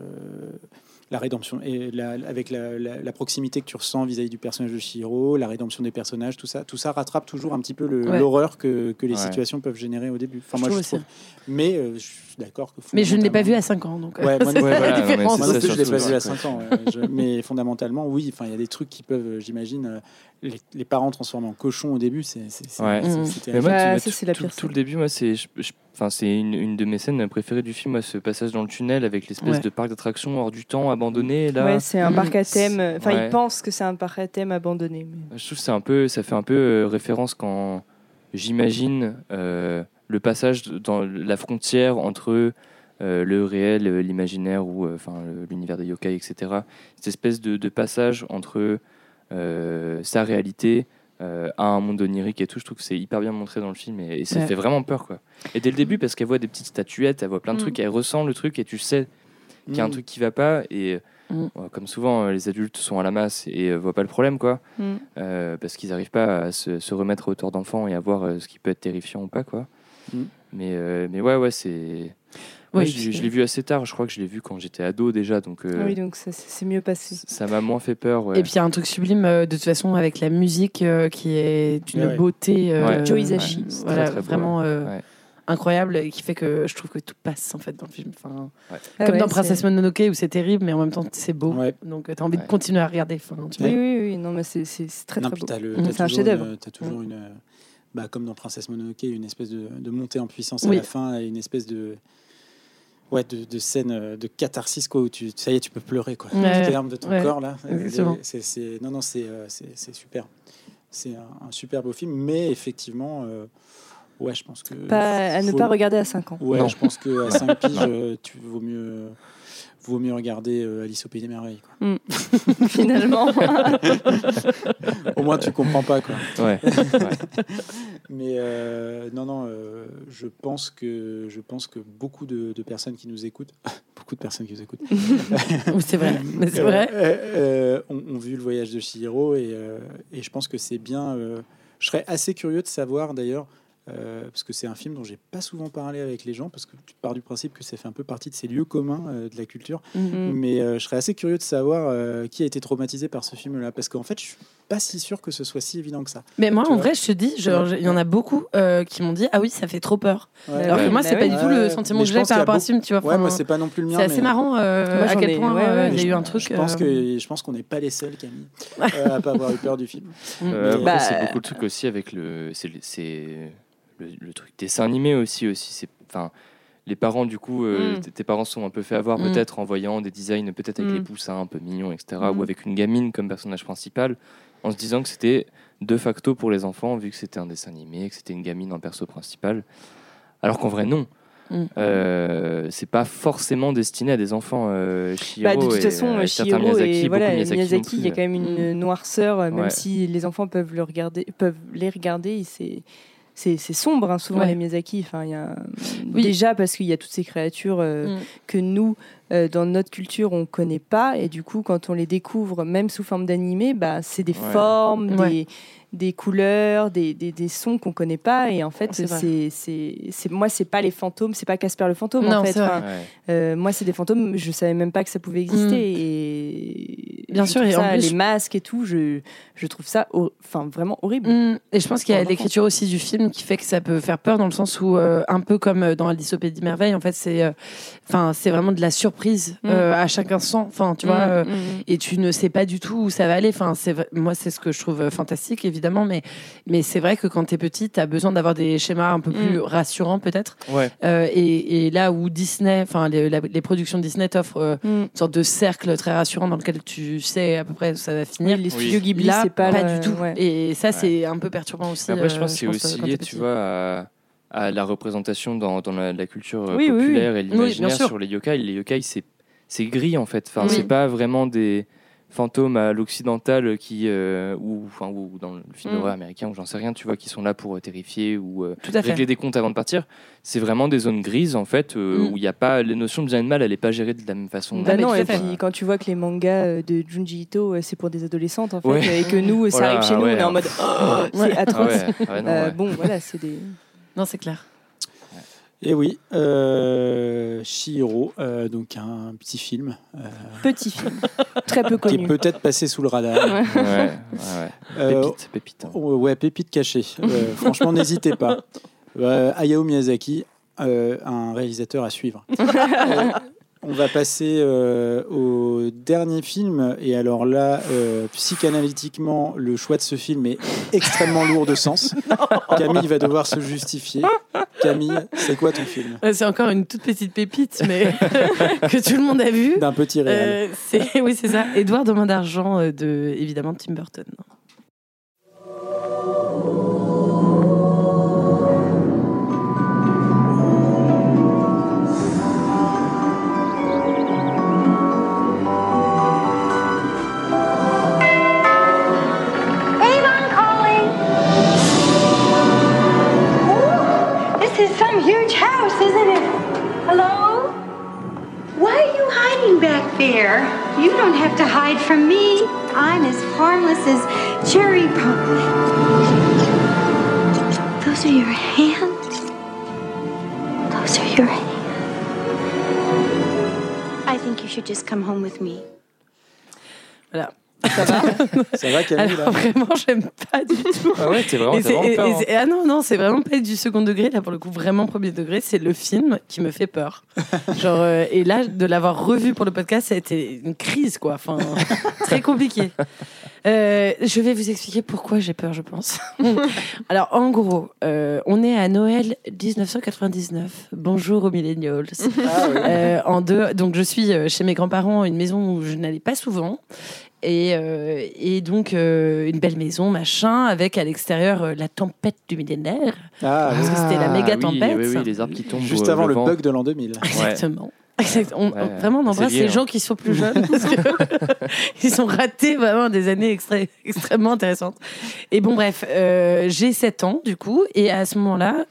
la rédemption et avec la proximité que tu ressens vis-à-vis du personnage de Chihiro, la rédemption des personnages, tout ça rattrape toujours un petit peu l'horreur que les situations peuvent générer au début. Enfin, moi, je trouve. Mais je suis d'accord que. Mais je ne l'ai pas vu à 5 ans, donc. Moi, la différence. Moi, je l'ai pas vu à 5 ans. Mais fondamentalement, oui. Enfin, il y a des trucs qui peuvent, j'imagine, les parents transformés en cochons au début, c'est mais moi, tout le début, moi, c'est une de mes scènes préférées du film, ce passage dans le tunnel avec l'espèce de parc d'attractions hors du temps abandonné. Là. C'est un parc à thème. Enfin, ils pensent que c'est un parc à thème abandonné. Mais... Je trouve que ça fait un peu référence quand j'imagine le passage dans la frontière entre le réel, l'imaginaire ou l'univers des yokai, etc. Cette espèce de passage entre sa réalité à un monde onirique et tout. Je trouve que c'est hyper bien montré dans le film et ça fait vraiment peur, quoi. Et dès le début, parce qu'elle voit des petites statuettes, elle voit plein de trucs, elle ressent le truc et tu sais qu'il y a un truc qui va pas et comme souvent les adultes sont à la masse et voient pas le problème, quoi, parce qu'ils n'arrivent pas à se remettre à hauteur d'enfant et à voir ce qui peut être terrifiant ou pas, quoi. Mais c'est... je l'ai vu assez tard, je crois que je l'ai vu quand j'étais ado déjà, donc donc c'est mieux passé. Ça m'a moins fait peur. Et puis il y a un truc sublime de toute façon avec la musique qui est d'une beauté. Joe Hisaishi, voilà, très vraiment incroyable et qui fait que je trouve que tout passe en fait dans le film. Enfin, comme dans Princesse Mononoke où c'est terrible mais en même temps c'est beau, donc t'as envie de continuer à regarder. Oui, non mais c'est très très beau. C'est un chef-d'œuvre. T'as toujours une comme dans Princesse Mononoke, une espèce de montée en puissance à la fin et une espèce de scène de catharsis, quoi, où ça y est, tu peux pleurer, quoi. Toutes les larmes de ton corps là. C'est super. C'est un super beau film, mais effectivement, je pense que à ne pas regarder à 5 ans. Ouais, non. Je pense que à 5 piges, vaut mieux regarder Alice au Pays des Merveilles, quoi. Finalement. Au moins tu comprends pas, quoi. Mais non, je pense que beaucoup de personnes qui nous écoutent, Oui, c'est vrai, mais c'est vrai. ont vu le voyage de Chihiro et je pense que c'est bien. Je serais assez curieux de savoir d'ailleurs. Parce que c'est un film dont j'ai pas souvent parlé avec les gens, parce que tu pars du principe que ça fait un peu partie de ces lieux communs de la culture. Mais je serais assez curieux de savoir qui a été traumatisé par ce film-là, parce qu'en fait, je suis pas si sûr que ce soit si évident que ça. Mais moi, en vrai, je te dis, il y en a beaucoup qui m'ont dit, ah oui, ça fait trop peur. Alors que moi, c'est pas du tout le sentiment que j'ai par rapport à ce film, tu vois. Ouais, moi, c'est pas non plus le mien. C'est assez marrant à quel point il y a eu un truc. Je pense qu'on n'est pas les seuls, Camille, à pas avoir eu peur du film. Après, c'est beaucoup de trucs aussi avec le truc dessin animé aussi c'est les parents du coup tes parents sont un peu fait avoir peut-être en voyant des designs peut-être avec les poussins un peu mignons, etc., ou avec une gamine comme personnage principal, en se disant que c'était de facto pour les enfants vu que c'était un dessin animé, que c'était une gamine en perso principal, alors qu'en vrai non. C'est pas forcément destiné à des enfants. Chihiro, de toute façon, Chihiro Miyazaki, et Miyazaki, il y a quand même une noirceur, même si les enfants peuvent les regarder, c'est sombre, souvent les Miyazaki. Enfin, déjà parce qu'il y a toutes ces créatures que nous, dans notre culture, on connaît pas, et du coup, quand on les découvre, même sous forme d'animé, c'est des formes, des couleurs, des sons qu'on connaît pas, et en fait, moi, c'est pas les fantômes, c'est pas Casper le fantôme, en fait. Moi, c'est des fantômes, je savais même pas que ça pouvait exister, et bien sûr, et ça, en plus, les masques et tout, je trouve ça vraiment horrible. Et je pense qu'il y a l'écriture aussi du film qui fait que ça peut faire peur, dans le sens où un peu comme dans Alice au Pays des Merveilles, en fait, c'est vraiment de la surprise à chaque instant, tu vois, et tu ne sais pas du tout où ça va aller. Moi, c'est ce que je trouve fantastique, évidemment, mais c'est vrai que quand t'es petit, t'as besoin d'avoir des schémas un peu plus rassurants, peut-être. Et là où Disney, les productions Disney t'offrent une sorte de cercle très rassurant dans lequel tu sais à peu près où ça va finir. Les studios Ghibli, là, c'est pas du tout. Et ça, c'est un peu perturbant aussi. Après, je pense que c'est aussi lié, tu vois, à la représentation dans la culture populaire et l'imaginaire sur les yokai. Les yokai, c'est gris, en fait. C'est pas vraiment des fantômes à l'occidental ou dans le film d'horreur américain, ou j'en sais rien, tu vois, qui sont là pour terrifier ou régler des comptes avant de partir. C'est vraiment des zones grises, en fait, où il n'y a pas la notion de bien et de mal, elle n'est pas gérée de la même façon. Et puis quand tu vois que les mangas de Junji Ito, c'est pour des adolescentes, en fait, et que nous, ça arrive chez nous, on est en mode c'est atroce. Bon, voilà, c'est des... Non, c'est clair. Et oui, Chihiro, donc un petit film. Petit film, très peu connu. Qui est peut-être passé sous le radar. Pépite. Pépite cachée. Franchement, n'hésitez pas. Hayao Miyazaki, un réalisateur à suivre. On va passer au dernier film. Et alors là, psychanalytiquement, le choix de ce film est extrêmement lourd de sens. Camille va devoir se justifier. Camille, c'est quoi ton film ? C'est encore une toute petite pépite, mais que tout le monde a vu. D'un petit réel. Oui, c'est ça. Édouard de Main d'Argent, évidemment, Tim Burton. There. You don't have to hide from me. I'm as harmless as cherry pie. Those are your hands. Those are your hands. I think you should just come home with me. Voilà. Ça va Camille là. Vraiment, j'aime pas du tout. Ah ouais, t'as vraiment peur. Ah non, c'est vraiment pas du second degré. Là, pour le coup, vraiment premier degré, c'est le film qui me fait peur. Et là, de l'avoir revu pour le podcast, ça a été une crise, quoi. Très compliqué. Je vais vous expliquer pourquoi j'ai peur, je pense. Alors, en gros, on est à Noël 1999. Bonjour aux millennials. Donc, je suis chez mes grands-parents, une maison où je n'allais pas souvent. Et donc, une belle maison, machin, avec à l'extérieur la tempête du millénaire. Parce que c'était la méga tempête. Oui, les arbres qui tombent. Juste avant le bug de l'an 2000. Exactement. Vraiment, on embrasse les gens qui sont plus jeunes parce qu'ils ont raté vraiment des années extrêmement intéressantes. Et bon, bref, j'ai 7 ans du coup, et à ce moment-là,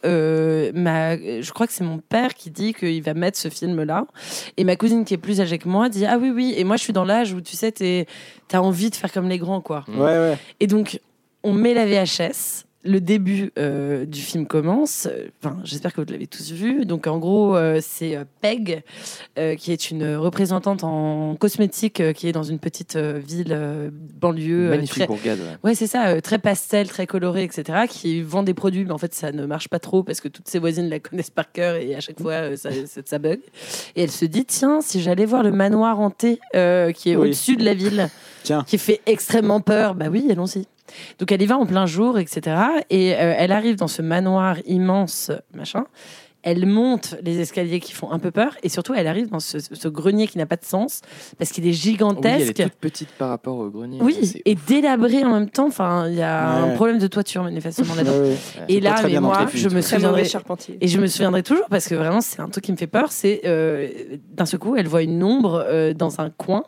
je crois que c'est mon père qui dit qu'il va mettre ce film-là, et ma cousine qui est plus âgée que moi dit ah oui, et moi je suis dans l'âge où tu sais, t'as envie de faire comme les grands, quoi. Ouais. Et donc, on met la VHS. Le début du film commence. J'espère que vous l'avez tous vu. Donc, en gros, c'est Peg, qui est une représentante en cosmétique, qui est dans une petite ville banlieue. Magnifique bourgade. Ouais, c'est ça. Très pastel, très coloré, etc. Qui vend des produits, mais en fait, ça ne marche pas trop parce que toutes ses voisines la connaissent par cœur et à chaque fois, ça bug. Et elle se dit, tiens, si j'allais voir le manoir hanté qui est au-dessus de la ville, qui fait extrêmement peur, bah oui, allons-y. Donc elle y va en plein jour, etc. Et elle arrive dans ce manoir immense, machin. Elle monte les escaliers qui font un peu peur. Et surtout, elle arrive dans ce grenier qui n'a pas de sens parce qu'il est gigantesque. Oui, elle est toute petite par rapport au grenier. Oui, et délabré en même temps. Enfin, il y a un problème de toiture manifestement là-dedans. Et là, mais moi, je me souviendrai toujours parce que vraiment, c'est un truc qui me fait peur. C'est d'un seul coup, elle voit une ombre dans un coin.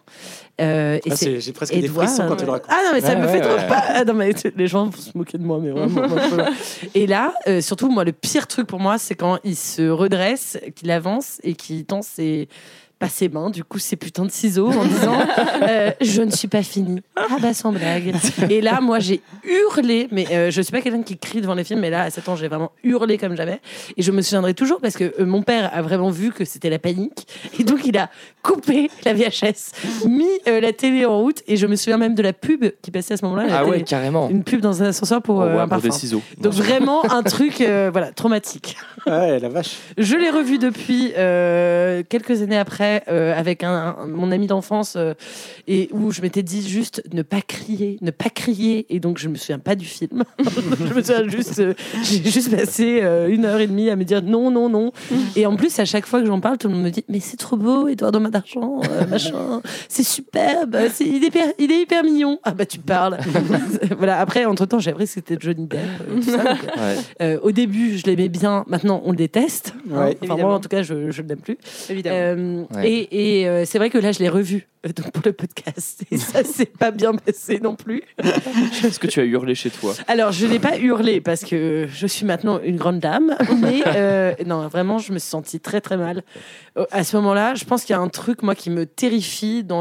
J'ai presque des frissons quand tu le racontes. Ah non, mais ça me fait trop pas. Ah non, mais les gens vont se moquer de moi, mais vraiment. Et là, surtout, moi, le pire truc pour moi, c'est quand il se redresse, qu'il avance et qu'il tend pas ses mains, du coup, ces putains de ciseaux en disant je ne suis pas finie. Ah bah, sans blague. Et là, moi, j'ai hurlé, mais je suis pas quelqu'un qui crie devant les films, mais là, à 7 ans, j'ai vraiment hurlé comme jamais. Et je me souviendrai toujours parce que mon père a vraiment vu que c'était la panique. Et donc, il a coupé la VHS, mis la télé en route. Et je me souviens même de la pub qui passait à ce moment-là. Ah ouais, carrément. Une pub dans un ascenseur pour un parfum. Des ciseaux. Donc, vraiment, un truc traumatique. Ouais, la vache. Je l'ai revu depuis quelques années après. Avec mon ami d'enfance et où je m'étais dit juste ne pas crier et donc je me souviens pas du film. Je me souviens j'ai juste passé 1h30 à me dire non et en plus à chaque fois que j'en parle tout le monde me dit mais c'est trop beau Édouard de d'argent machin, c'est superbe, il est hyper mignon. Ah bah tu parles. Voilà, après entre temps j'ai appris que c'était Johnny Depp tout ça, donc, au début je l'aimais bien, maintenant on le déteste, enfin moi en tout cas je ne l'aime plus évidemment. Et c'est vrai que là, je l'ai revu donc pour le podcast. Et ça, c'est pas bien passé non plus. Est-ce que tu as hurlé chez toi ? Alors, je n'ai pas hurlé parce que je suis maintenant une grande dame. Mais non, vraiment, je me suis sentie très, très mal. À ce moment-là, je pense qu'il y a un truc, moi, qui me terrifie dans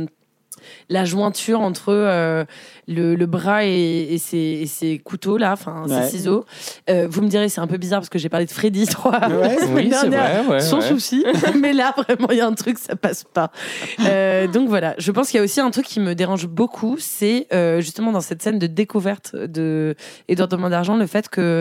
la jointure entre le bras et ses couteaux là, enfin ses ciseaux. Vous me direz c'est un peu bizarre parce que j'ai parlé de Freddy 3 oui, c'est vrai, sans souci, mais là vraiment il y a un truc, ça passe pas. Donc voilà, je pense qu'il y a aussi un truc qui me dérange beaucoup, c'est justement dans cette scène de découverte de Édouard de d'argent, le fait que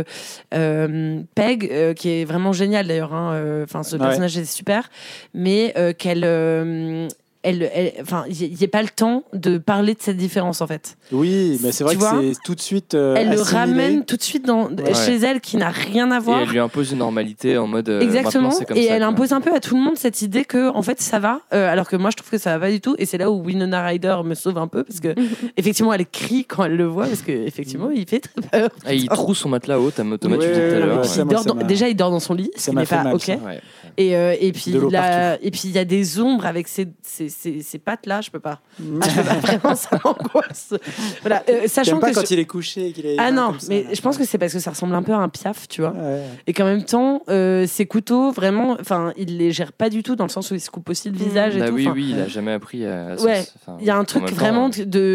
Peg, qui est vraiment génial d'ailleurs, enfin ce personnage est super, mais qu'elle il n'y a pas le temps de parler de cette différence en fait. Oui, mais c'est vrai que c'est tout de suite elle le ramène tout de suite chez elle qui n'a rien à voir. Et elle lui impose une normalité en mode exactement, c'est comme et ça, elle impose un peu à tout le monde cette idée que en fait ça va, alors que moi je trouve que ça va pas du tout, et c'est là où Winona Ryder me sauve un peu parce que effectivement elle crie quand elle le voit parce que effectivement il fait très peur. Et il trouve son matelas haut, Thomas tu disais tout à l'heure. Déjà il dort dans son lit, ce qui n'est pas ok. Et puis il y a des ombres avec ces pattes là, je peux pas. Vraiment, ça m'angoisse. Voilà, sachant pas que quand il est couché et qu'il est. Ah non, mais je pense que c'est parce que ça ressemble un peu à un Piaf, tu vois. Et qu'en même temps, ces couteaux, vraiment, enfin, il les gère pas du tout dans le sens où il se coupe aussi le visage et tout. Oui, il a jamais appris à. Il y a un truc vraiment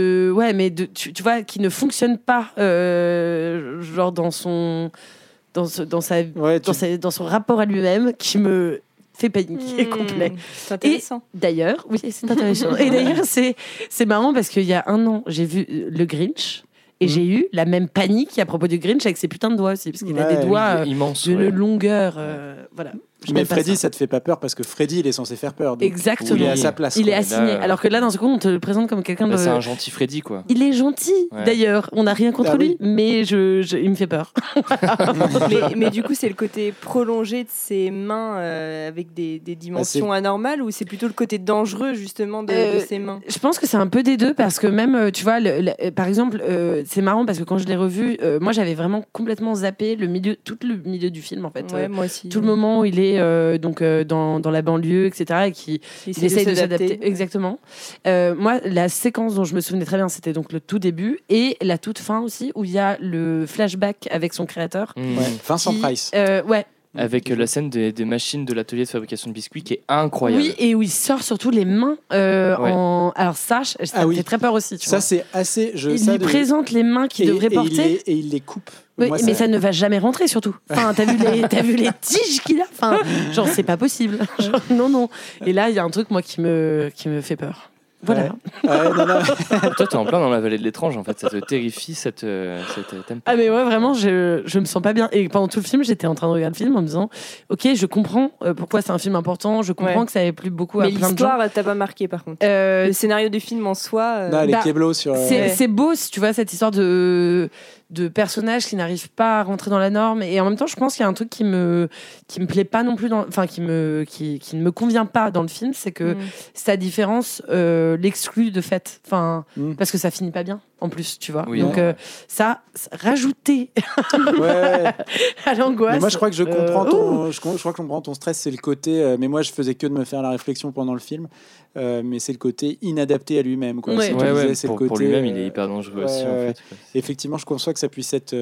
tu vois, qui ne fonctionne pas, genre dans son rapport à lui-même, qui me fait paniquer complet. C'est intéressant. Et d'ailleurs, oui, c'est intéressant. Et d'ailleurs, c'est marrant parce qu'il y a 1 an, j'ai vu le Grinch. Et j'ai eu la même panique à propos du Grinch avec ses putains de doigts aussi, parce qu'il a des doigts immenses, d'une longueur, voilà. Mais Freddy, ça te fait pas peur parce que Freddy, il est censé faire peur. Donc exactement. Il est à sa place. Il est assigné. Alors que là, dans ce coup, on te le présente comme quelqu'un de. C'est un gentil Freddy, quoi. Il est gentil, d'ailleurs. On n'a rien contre lui, mais il me fait peur. mais du coup, c'est le côté prolongé de ses mains avec des dimensions anormales, ou c'est plutôt le côté dangereux, justement, de ses mains? Je pense que c'est un peu des deux, parce que même, tu vois, par exemple, c'est marrant parce que quand je l'ai revu, moi, j'avais vraiment complètement zappé tout le milieu du film, en fait. Ouais, moi aussi. Tout le moment où il est donc dans la banlieue, etc. Et qui essaye de s'adapter. Exactement. Moi, la séquence dont je me souvenais très bien, c'était donc le tout début et la toute fin aussi, où il y a le flashback avec son créateur. Vincent Price. Avec la scène des machines de l'atelier de fabrication de biscuits qui est incroyable. Oui, et où il sort surtout les mains Alors ça me fait très peur aussi. Tu vois. C'est assez... Il présente les mains qu'il devrait porter. Et il les coupe. Oui, mais ça ne va jamais rentrer surtout. Enfin, t'as vu les tiges qu'il a. Enfin, genre c'est pas possible. Genre, non. Et là, il y a un truc moi qui me fait peur. Voilà. Toi, t'es en plein dans la vallée de l'étrange, en fait. Ça te terrifie, ça t'aime pas. Ah, mais ouais, vraiment, je me sens pas bien. Et pendant tout le film, j'étais en train de regarder le film en me disant ok, je comprends pourquoi c'est un film important, je comprends que ça avait plu beaucoup à plein de gens. Mais l'histoire, t'as pas marqué par contre. Le scénario du film en soi. Les Keblos sur. C'est beau, tu vois, cette histoire de personnages qui n'arrivent pas à rentrer dans la norme, et en même temps je pense qu'il y a un truc qui me plaît pas non plus qui ne me convient pas dans le film, c'est que sa différence l'exclut de fait, parce que ça finit pas bien en plus, tu vois. Donc ça rajouter à l'angoisse. Mais moi je crois que je comprends je crois que je comprends ton stress, c'est le côté mais moi je faisais que de me faire la réflexion pendant le film, mais c'est le côté inadapté à lui-même quoi. C'est le côté, pour lui-même il est hyper dangereux aussi en fait. Effectivement, je conçois que ça puisse être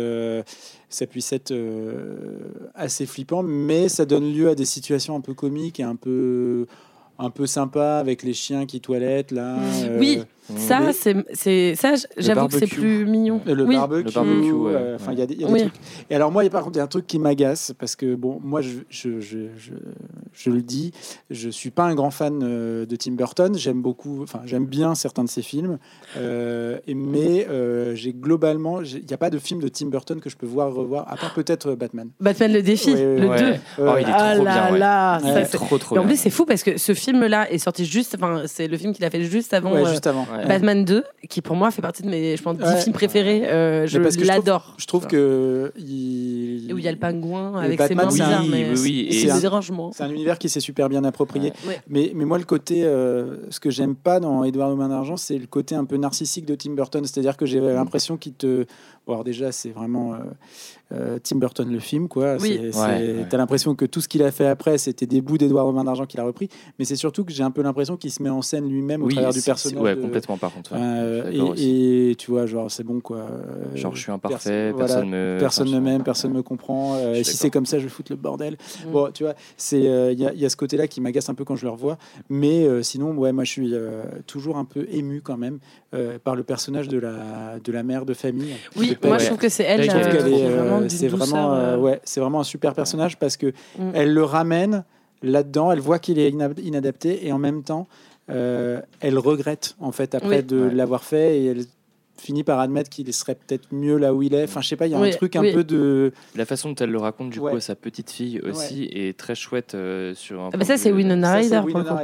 assez flippant, mais ça donne lieu à des situations un peu comiques et un peu sympa avec les chiens qui toilettent là. Oui, ça j'avoue que c'est plus mignon. Le barbecue, il y a des trucs. Et alors moi, par contre, il y a un truc qui m'agace parce que bon, moi je le dis, je suis pas un grand fan de Tim Burton. J'aime bien certains de ses films, mais j'ai globalement, il n'y a pas de film de Tim Burton que je peux revoir, à part peut-être Batman. Batman le défi, le 2. Oh, il est trop bien. Là, ça, c'est trop en plus, c'est fou parce que ce film-là est sorti c'est le film qu'il a fait juste avant. Batman 2, qui pour moi fait partie de mes 10 films préférés. Je l'adore. Je trouve que où il y a le pingouin avec Batman, ses mains bizarres, et c'est dérangement. C'est un univers qui s'est super bien approprié. Mais moi, le côté, ce que j'aime pas dans Édouard aux mains d'argent, c'est le côté un peu narcissique de Tim Burton. C'est-à-dire que j'ai l'impression qu'il te... Bon, alors déjà, c'est vraiment Tim Burton le film, quoi. T'as l'impression que tout ce qu'il a fait après, c'était des bouts d'Édouard aux mains d'argent qu'il a repris. Mais c'est surtout que j'ai un peu l'impression qu'il se met en scène lui-même au travers du personnage. Complètement par contre. Et tu vois, genre, c'est bon, quoi. Genre, je suis imparfait, personne ne m'aime, personne me comprend. Et si c'est comme ça, je vais foutre le bordel. Bon, tu vois, il y a ce côté-là qui m'agace un peu quand je le revois. Mais sinon, moi, je suis toujours un peu ému quand même par le personnage de la mère de famille. Oui, moi je trouve que c'est elle. C'est vraiment un super personnage parce que elle le ramène là-dedans, elle voit qu'il est inadapté et en même temps elle regrette en fait après de l'avoir fait, et elle finit par admettre qu'il serait peut-être mieux là où il est. Enfin, je sais pas, il y a un truc un peu de... La façon dont elle le raconte du coup à sa petite fille aussi est très chouette sur un... ça c'est Winona Ryder.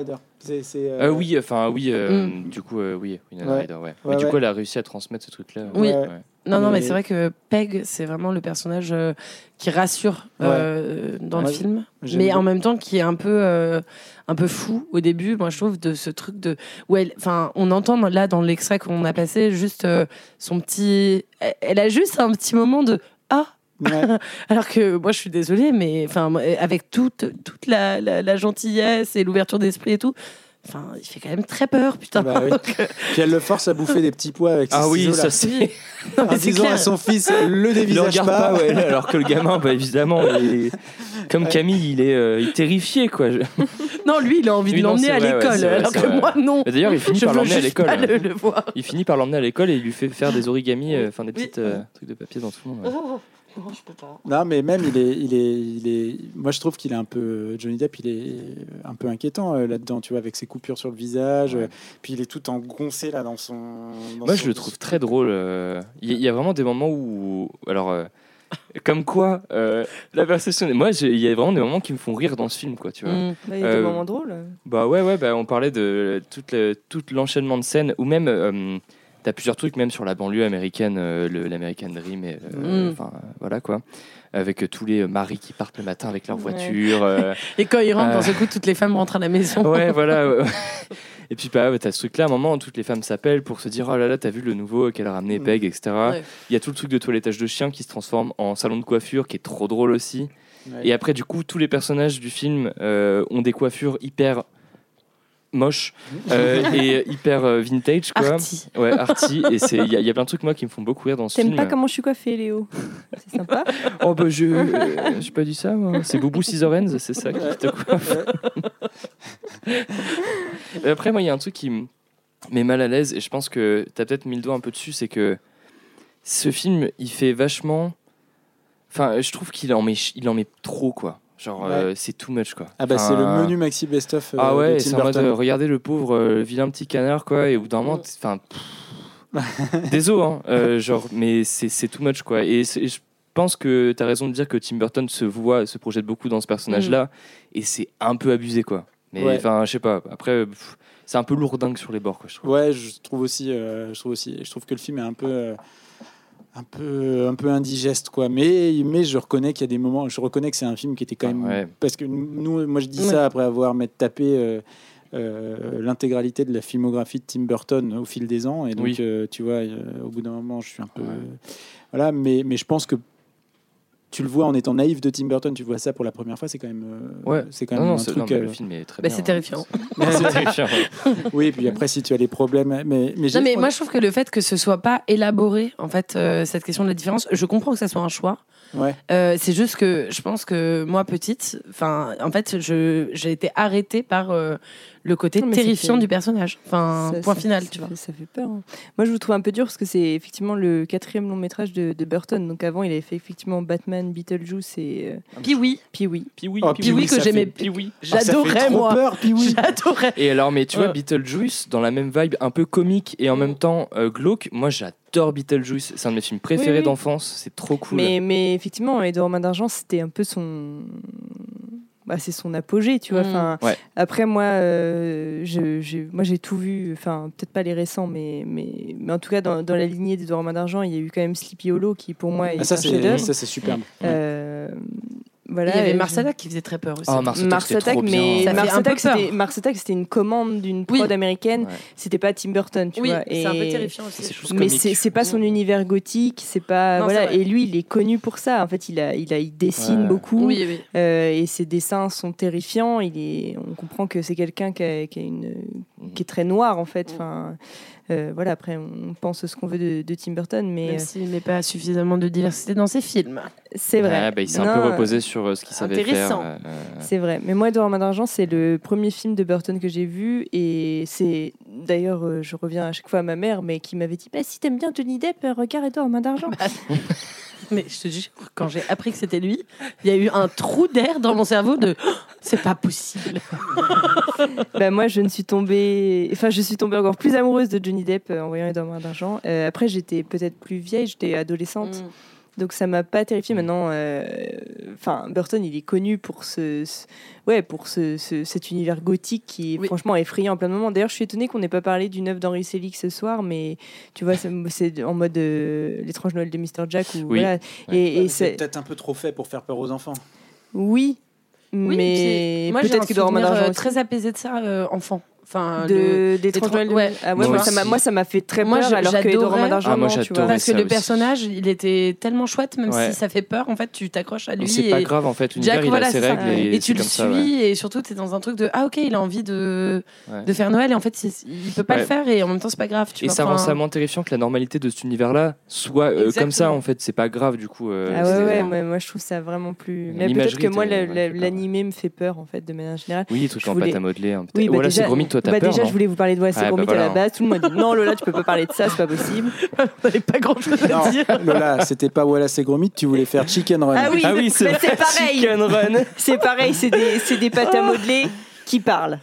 Du coup, Winona Ryder, Mais du coup, elle a réussi à transmettre ce truc-là. Non, mais c'est vrai que Peg, c'est vraiment le personnage qui rassure dans le film, mais en même temps qui est un peu fou au début. Moi, je trouve de ce truc de où on entend là dans l'extrait qu'on a passé juste son petit. Elle a juste un petit moment de alors que moi, je suis désolée, mais avec toute la gentillesse et l'ouverture d'esprit et tout. Il fait quand même très peur, putain. Puis elle le force à bouffer des petits pois avec ses ciseaux, ça c'est... En disant à son fils, le dévisage pas. Alors que le gamin, évidemment, comme Camille, il est terrifié, quoi. Non, lui, il a envie de l'emmener à l'école, alors que moi, non. Mais d'ailleurs, il finit par l'emmener à l'école. Le voir. Il finit par l'emmener à l'école et il lui fait faire des origamis, des petits trucs de papier dans tout le monde. Non, je peux pas. Non, mais même il est. Moi, je trouve qu'il est un peu Johnny Depp. Il est un peu inquiétant là-dedans, tu vois, avec ses coupures sur le visage. Puis il est tout engoncé là dans son. Moi, je le trouve très drôle. Il y a vraiment des moments où, comme quoi, la perception. Moi, il y a vraiment des moments qui me font rire dans ce film, quoi, tu vois. Il y a des moments drôles. On parlait de tout l'enchaînement de scènes, ou même. T'as plusieurs trucs, même sur la banlieue américaine, l'American Dream, voilà quoi. Avec tous les maris qui partent le matin avec leur voiture. Et quand ils rentrent, dans ce coup, toutes les femmes rentrent à la maison. Ouais, voilà. Et puis, t'as ce truc-là, à un moment où toutes les femmes s'appellent pour se dire, oh là là, t'as vu le nouveau qu'elle a ramené, Peg, etc. Il y a tout le truc de toilettage de chien qui se transforme en salon de coiffure, qui est trop drôle aussi. Et après, du coup, tous les personnages du film ont des coiffures hyper moches et hyper vintage, quoi. Arty. Ouais, arty. Et il y a plein de trucs, moi, qui me font beaucoup rire dans ce film. T'aimes pas comment je suis coiffée, Léo? C'est sympa. Oh, bah, j'ai pas dit ça, moi. C'est Boubou Scissorhands, c'est ça qui te coiffe. Après, moi, il y a un truc qui me met mal à l'aise, et je pense que t'as peut-être mis le doigt un peu dessus, c'est que ce film, il fait vachement... Enfin, je trouve qu'il en met trop, quoi. Genre, c'est too much, quoi. Ah bah, c'est le menu maxi best-of de Tim c'est en mode, Burton. regardez le pauvre vilain petit canard, quoi, et au bout d'un moment, désolé, hein, genre, mais c'est too much, quoi. Et je pense que t'as raison de dire que Tim Burton se projette beaucoup dans ce personnage-là, et c'est un peu abusé, quoi. Mais enfin, je sais pas, après... c'est un peu lourdingue sur les bords, quoi, je trouve. Ouais, je trouve aussi. Je trouve que le film est un peu indigeste, quoi. Mais je reconnais qu'il y a des moments. Je reconnais que c'est un film qui était quand même. Parce que moi, je dis ça après avoir tapé l'intégralité de la filmographie de Tim Burton au fil des ans. Et donc, tu vois, au bout d'un moment, je suis un peu. Voilà, mais je pense que. Tu le vois en étant naïf de Tim Burton, tu vois ça pour la première fois, c'est quand même, c'est quand même un truc. Le film est très bien. C'est terrifiant. C'est terrifiant. Oui, et puis après, si tu as des problèmes, mais moi, je trouve que le fait que ce soit pas élaboré, en fait, cette question de la différence, je comprends que ça soit un choix. Ouais. C'est juste que je pense que moi, petite, en fait, j'ai été arrêtée par le côté terrifiant du personnage. Point final, tu vois. Ça fait peur. Hein. Moi, je vous trouve un peu dur parce que c'est effectivement le 4e long métrage de Burton. Donc avant, il avait fait effectivement Batman, Beetlejuice et Pee-wee. Pee-wee que j'aimais. J'adorais, moi. Peur, Pee-wee. J'adorais. Et alors, mais tu vois, Beetlejuice, dans la même vibe, un peu comique et en même temps glauque, moi j'adore Beetlejuice. C'est un de mes films préférés d'enfance. C'est trop cool. Mais effectivement, Edouard Main d'Argent, c'était un peu son... c'est son apogée, tu vois. Après, moi, j'ai tout vu. Enfin, peut-être pas les récents, mais en tout cas, dans la lignée d'Edouard Main d'Argent, il y a eu quand même Sleepy Hollow qui, pour moi, est un chef-d'œuvre. Ça, c'est superbe. Voilà, il y avait Mars Attack qui faisait très peur aussi. Mars Attack, mais Mars Attack, c'était une commande d'une prod américaine. C'était pas Tim Burton, tu vois. C'est un peu terrifiant aussi. Mais c'est pas son univers gothique, c'est pas voilà. Et lui, il est connu pour ça. En fait, il dessine beaucoup. Et ses dessins sont terrifiants. On comprend que c'est quelqu'un qui est très noir en fait. Enfin. Voilà, après on pense ce qu'on veut de Tim Burton, mais même s'il met pas suffisamment de diversité dans ses films. C'est vrai. Il s'est un peu reposé sur ce qu'il savait faire. C'est vrai. Mais moi, Edouard Main d'Argent, c'est le premier film de Burton que j'ai vu, et c'est d'ailleurs, je reviens à chaque fois à ma mère, mais qui m'avait dit si t'aimes bien Johnny Depp, regarde Edouard Main d'Argent. Mais je te jure, quand j'ai appris que c'était lui, il y a eu un trou d'air dans mon cerveau de c'est pas possible. Moi, je suis tombée encore plus amoureuse de Johnny Depp en voyant Edouard Main d'Argent. Après, j'étais peut-être plus vieille, j'étais adolescente. Donc ça m'a pas terrifiée. Maintenant, Burton, il est connu pour cet univers gothique qui est franchement effrayant en plein moment. D'ailleurs, je suis étonnée qu'on n'ait pas parlé d'une œuvre d'Henry Selick ce soir, mais tu vois, c'est en mode l'étrange Noël de Mr. Jack. Voilà. Et c'est peut-être un peu trop fait pour faire peur aux enfants. Oui, mais moi, peut-être j'ai que un souvenir aussi. très apaisé de ça, enfant. D'étrange Noël. Moi, ça m'a fait très peur, alors que Edouard Main d'Argent, tu vois. Parce que le personnage, il était tellement chouette, même si ça fait peur, en fait, tu t'accroches à lui. C'est pas grave, en fait. L'univers, il a ses règles. Et tu le suis, et surtout, t'es dans un truc de ok, il a envie de faire Noël, et en fait, il peut pas le faire, et en même temps, c'est pas grave. Et ça rend ça moins terrifiant que la normalité de cet univers-là soit comme ça, en fait. C'est pas grave, du coup. Moi, je trouve ça vraiment plus. Mais peut-être que moi, l'animé me fait peur, en fait, de manière générale. Oui, tout en pâte à modeler. Voilà, c'est Gromit, toi, t'as peur. Déjà, je voulais vous parler de C'est Gromit à la base. Tout le monde m'a dit non, Lola, tu peux pas parler de ça, c'est pas possible. On n'avait pas grand chose à dire. Lola, c'était pas Voilà, c'est Gromit, tu voulais faire Chicken Run. Ah oui, c'est pareil. Chicken Run. C'est pareil, c'est des pâtes à modeler qui parlent.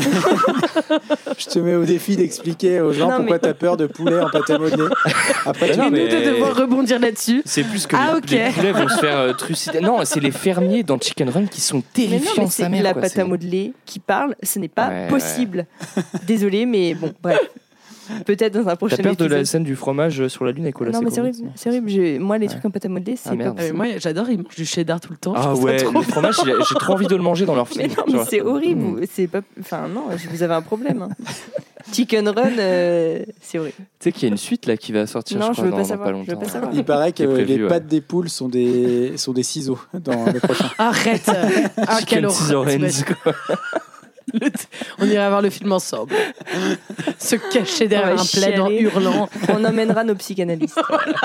Je te mets au défi d'expliquer aux gens pourquoi t'as peur de poulet en pâte à modeler. Après, nous de devoir rebondir là-dessus. C'est plus que les poulets vont se faire trucider. Non, c'est les fermiers dans Chicken Run qui sont terrifiants. C'est la pâte à modeler qui parle, ce n'est pas possible. Désolée, mais bon, bref. Peut-être dans un prochain épisode. T'as peur de la scène du fromage sur la lune avec Ola? Non, mais c'est horrible. Moi, les trucs en pâte à modeler, c'est pas possible. Moi, j'adore, ils mangent du cheddar tout le temps. Ah ouais, le fromage, j'ai trop envie de le manger dans leur film. Mais non, mais c'est horrible. C'est pas... Enfin, non, vous avez un problème. Chicken Run, c'est vrai. Tu sais qu'il y a une suite là qui va sortir, non, je crois, veux pas savoir, pas longtemps. Il paraît que prévu, les pattes des poules sont des ciseaux dans le prochain. Arrête. Chicken Scissor Hands, quoi. On irait voir le film ensemble. Se cacher derrière un plaid en hurlant. On emmènera nos psychanalystes.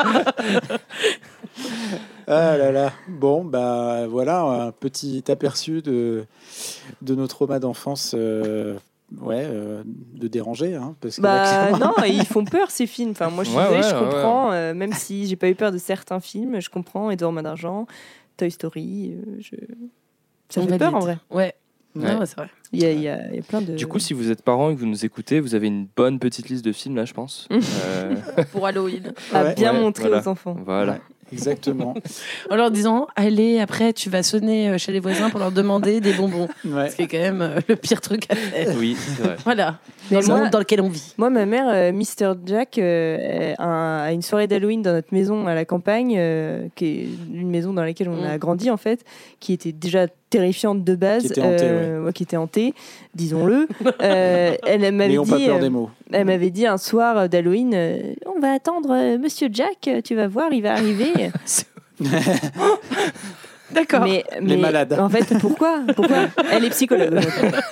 Ah là là. Bon, bah voilà un petit aperçu de nos traumas d'enfance. De déranger, hein, parce que non, ils font peur ces films. Enfin, moi, je comprends, même si j'ai pas eu peur de certains films, je comprends. Edouard Main d'Argent, Toy Story, ça fait peur en vrai. Ouais. Non, c'est vrai. Il y a plein de. Du coup, si vous êtes parents et que vous nous écoutez, vous avez une bonne petite liste de films là, je pense. Pour Halloween. À bien montrer aux enfants. Voilà. Ouais. Exactement. En leur disant, allez, après, tu vas sonner chez les voisins pour leur demander des bonbons. Ce qui est quand même le pire truc à faire. Oui, c'est vrai. Voilà. Dans le monde dans lequel on vit. Moi, ma mère, Mr. Jack, a une soirée d'Halloween dans notre maison à la campagne, qui est une maison dans laquelle on a grandi, en fait, qui était déjà terrifiante de base, qui était hantée, disons-le. Elle m'avait dit, pas peur des mots. Elle m'avait dit un soir d'Halloween, on va attendre Monsieur Jack, tu vas voir, il va arriver. D'accord. Mais les malades. En fait, pourquoi Elle est psychologue.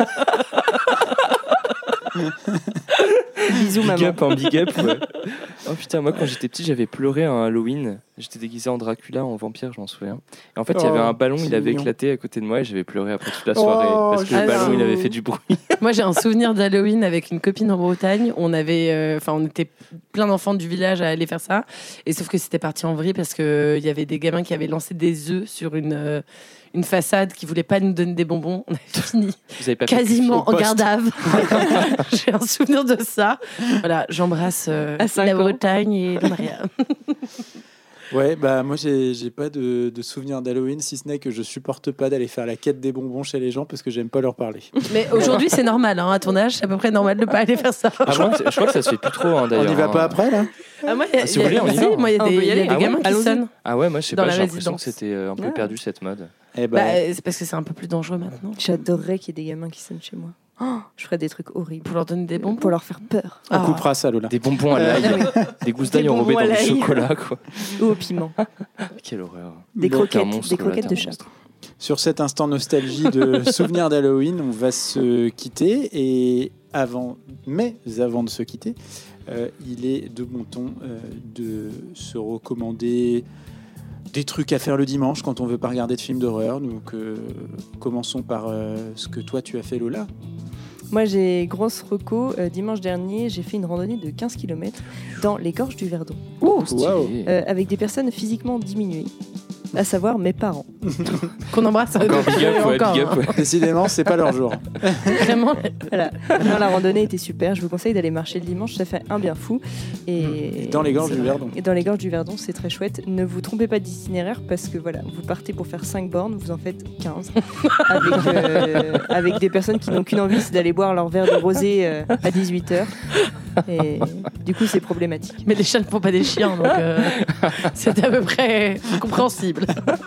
Bisous, maman. Big up, ouais. Oh putain, moi quand j'étais petit, j'avais pleuré un Halloween. J'étais déguisé en Dracula, en vampire, je m'en souviens. Et en fait, il y avait un ballon, il avait éclaté à côté de moi et j'avais pleuré après toute la soirée parce que le ballon, il avait fait du bruit. Moi, j'ai un souvenir d'Halloween avec une copine en Bretagne. On était plein d'enfants du village à aller faire ça. Et sauf que c'était parti en vrille parce qu'il y avait des gamins qui avaient lancé des œufs sur une façade qui voulait pas nous donner des bonbons. On avait fini quasiment en garde à vue. J'ai un souvenir de ça. Voilà, j'embrasse la Bretagne et le Maria. Ouais, bah moi j'ai pas de souvenir d'Halloween, si ce n'est que je supporte pas d'aller faire la quête des bonbons chez les gens parce que j'aime pas leur parler. Mais aujourd'hui c'est normal, hein, à ton âge c'est à peu près normal de pas aller faire ça. Je crois que ça se fait plus trop, d'ailleurs. On y va pas après là? Si vous voulez, on y va. Moi il y a des gamins qui sonnent. Ah ouais, moi je sais pas, j'ai l'impression que résidence. c'était un peu perdu cette mode. C'est parce que c'est un peu plus dangereux maintenant. J'adorerais qu'il y ait des gamins qui sonnent chez moi. Je ferais des trucs horribles. Pour leur donner des bonbons? Pour leur faire peur. On coupera ça, Lola. Des bonbons à l'ail, des gousses d'ail enrobées dans du chocolat, quoi. Ou au piment. Quelle horreur. Des croquettes de chat. Sur cet instant nostalgie de souvenirs d'Halloween, on va se quitter. Et avant de se quitter, il est de bon ton de se recommander des trucs à faire le dimanche quand on veut pas regarder de films d'horreur. Donc commençons par ce que toi tu as fait, Lola. Moi j'ai grosse reco. Dimanche dernier j'ai fait une randonnée de 15 km dans les gorges du Verdon. Avec des personnes physiquement diminuées, à savoir mes parents. Qu'on embrasse. Encore big up, ouais. Décidément, c'est pas leur jour. Vraiment. Voilà. La randonnée était super. Je vous conseille d'aller marcher le dimanche, ça fait un bien fou. Et dans les gorges du Verdon. Et dans les gorges du Verdon, c'est très chouette. Ne vous trompez pas d'itinéraire parce que voilà, vous partez pour faire 5 bornes, vous en faites 15. Avec des personnes qui n'ont qu'une envie, c'est d'aller boire leur verre de rosé à 18h. Et du coup, c'est problématique. Mais les chats ne font pas des chiens, donc c'est à peu près compréhensible.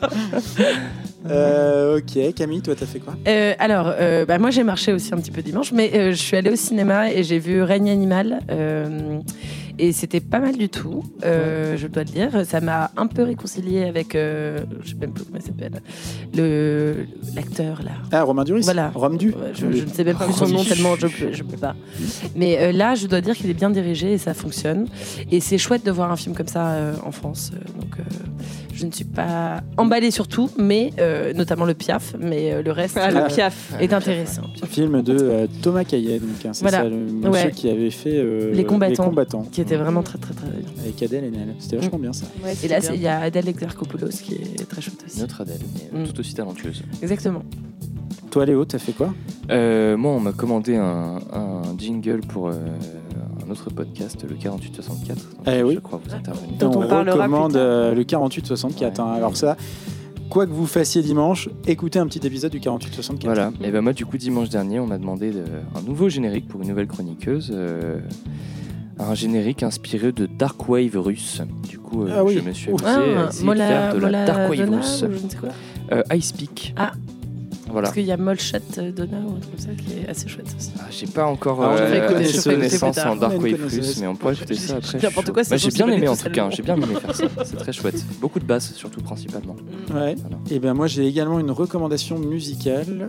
Ok, Camille, toi, t'as fait quoi? Moi, j'ai marché aussi un petit peu dimanche, mais je suis allée au cinéma et j'ai vu Règne animal. Et c'était pas mal du tout, je dois le dire. Ça m'a un peu réconcilié avec, je sais même plus comment il s'appelle, l'acteur là. Ah, Romain Duris. Voilà. Rome du. Je ne sais même plus son nom tellement je peux pas. Mais là, je dois dire qu'il est bien dirigé et ça fonctionne. Et c'est chouette de voir un film comme ça en France. Donc, je ne suis pas emballée sur tout, mais notamment le Piaf, mais le reste le Piaf est intéressant. Un film de Thomas Caillet, donc c'est ça, le monsieur qui avait fait Les combattants, qui était était vraiment très très très bien. Avec Adèle et Nel. C'était vachement bien ça. Ouais, et là, il y a Adèle Exarchopoulos qui est très chouette aussi. Notre Adèle, mais tout aussi talentueuse. Exactement. Toi, Léo, t'as fait quoi? Moi, on m'a commandé un jingle pour un autre podcast, le 4864. Oui. Je crois vous intervenir. Dont on parlera recommande plus tard. le 4864. Ouais. Hein. Alors ça, quoi que vous fassiez dimanche, écoutez un petit épisode du 4864. Voilà. Et ben moi, du coup, dimanche dernier, on m'a demandé un nouveau générique pour une nouvelle chroniqueuse. Un générique inspiré de Dark Wave russe. Du coup, je me suis amusé à essayer de faire de la Dark Wave russe. Je ne sais quoi. Ice Peak. Ah. Voilà. Parce qu'il y a Molchat Donna ou un truc comme ça qui est assez chouette aussi. J'ai pas encore assez connaissance en Dark Wave plus, mais on pourrait écouter ça après. N'importe quoi, j'ai bien aimé en tout cas, j'ai bien aimé faire ça. C'est très chouette. Beaucoup de basses surtout principalement. Ouais. Voilà. Et ben moi j'ai également une recommandation musicale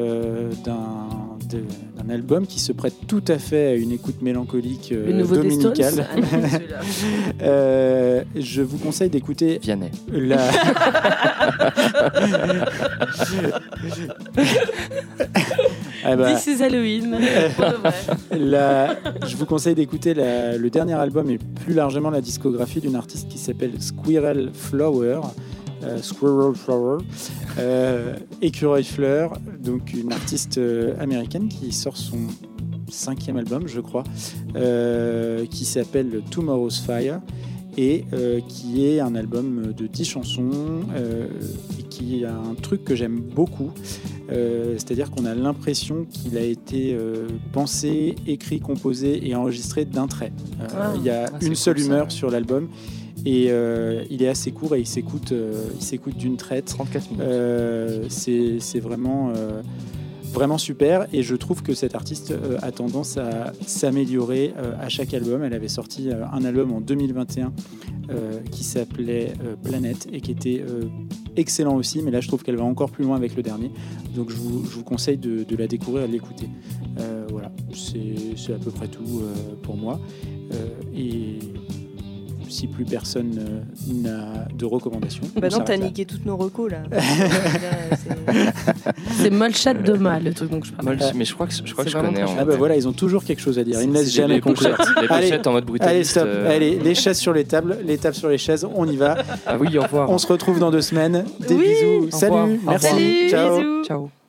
d'un album qui se prête tout à fait à une écoute mélancolique dominicale. Je vous conseille d'écouter Vianney. This is Halloween. Je vous conseille d'écouter le dernier album et plus largement la discographie d'une artiste qui s'appelle Squirrel Flower. Écureuil Fleur, donc une artiste américaine qui sort son 5e album, je crois, qui s'appelle Tomorrow's Fire et qui est un album de 10 chansons et qui a un truc que j'aime beaucoup, c'est-à-dire qu'on a l'impression qu'il a été pensé, écrit, composé et enregistré d'un trait. Il y a une seule humeur sur l'album. Et il est assez court et il s'écoute d'une traite. 34 minutes. C'est vraiment super. Et je trouve que cette artiste a tendance à s'améliorer à chaque album. Elle avait sorti un album en 2021 qui s'appelait Planète et qui était excellent aussi. Mais là, je trouve qu'elle va encore plus loin avec le dernier. Donc, je vous conseille de la découvrir et de l'écouter. Voilà, c'est à peu près tout pour moi. Et si plus personne n'a de recommandations. Bah non, t'as niqué toutes nos recos là. C'est Molchat Donna le truc dont je parle. Mais je crois que je connais. Ah bah voilà, ils ont toujours quelque chose à dire. Ils ne laissent jamais conclure. Les pochettes en mode brutaliste. Allez, stop. Allez, les chaises sur les tables sur les chaises, on y va. Ah oui, au revoir. On se retrouve dans 2 semaines. Des bisous. Salut, merci. Salut, ciao. bisous. Ciao.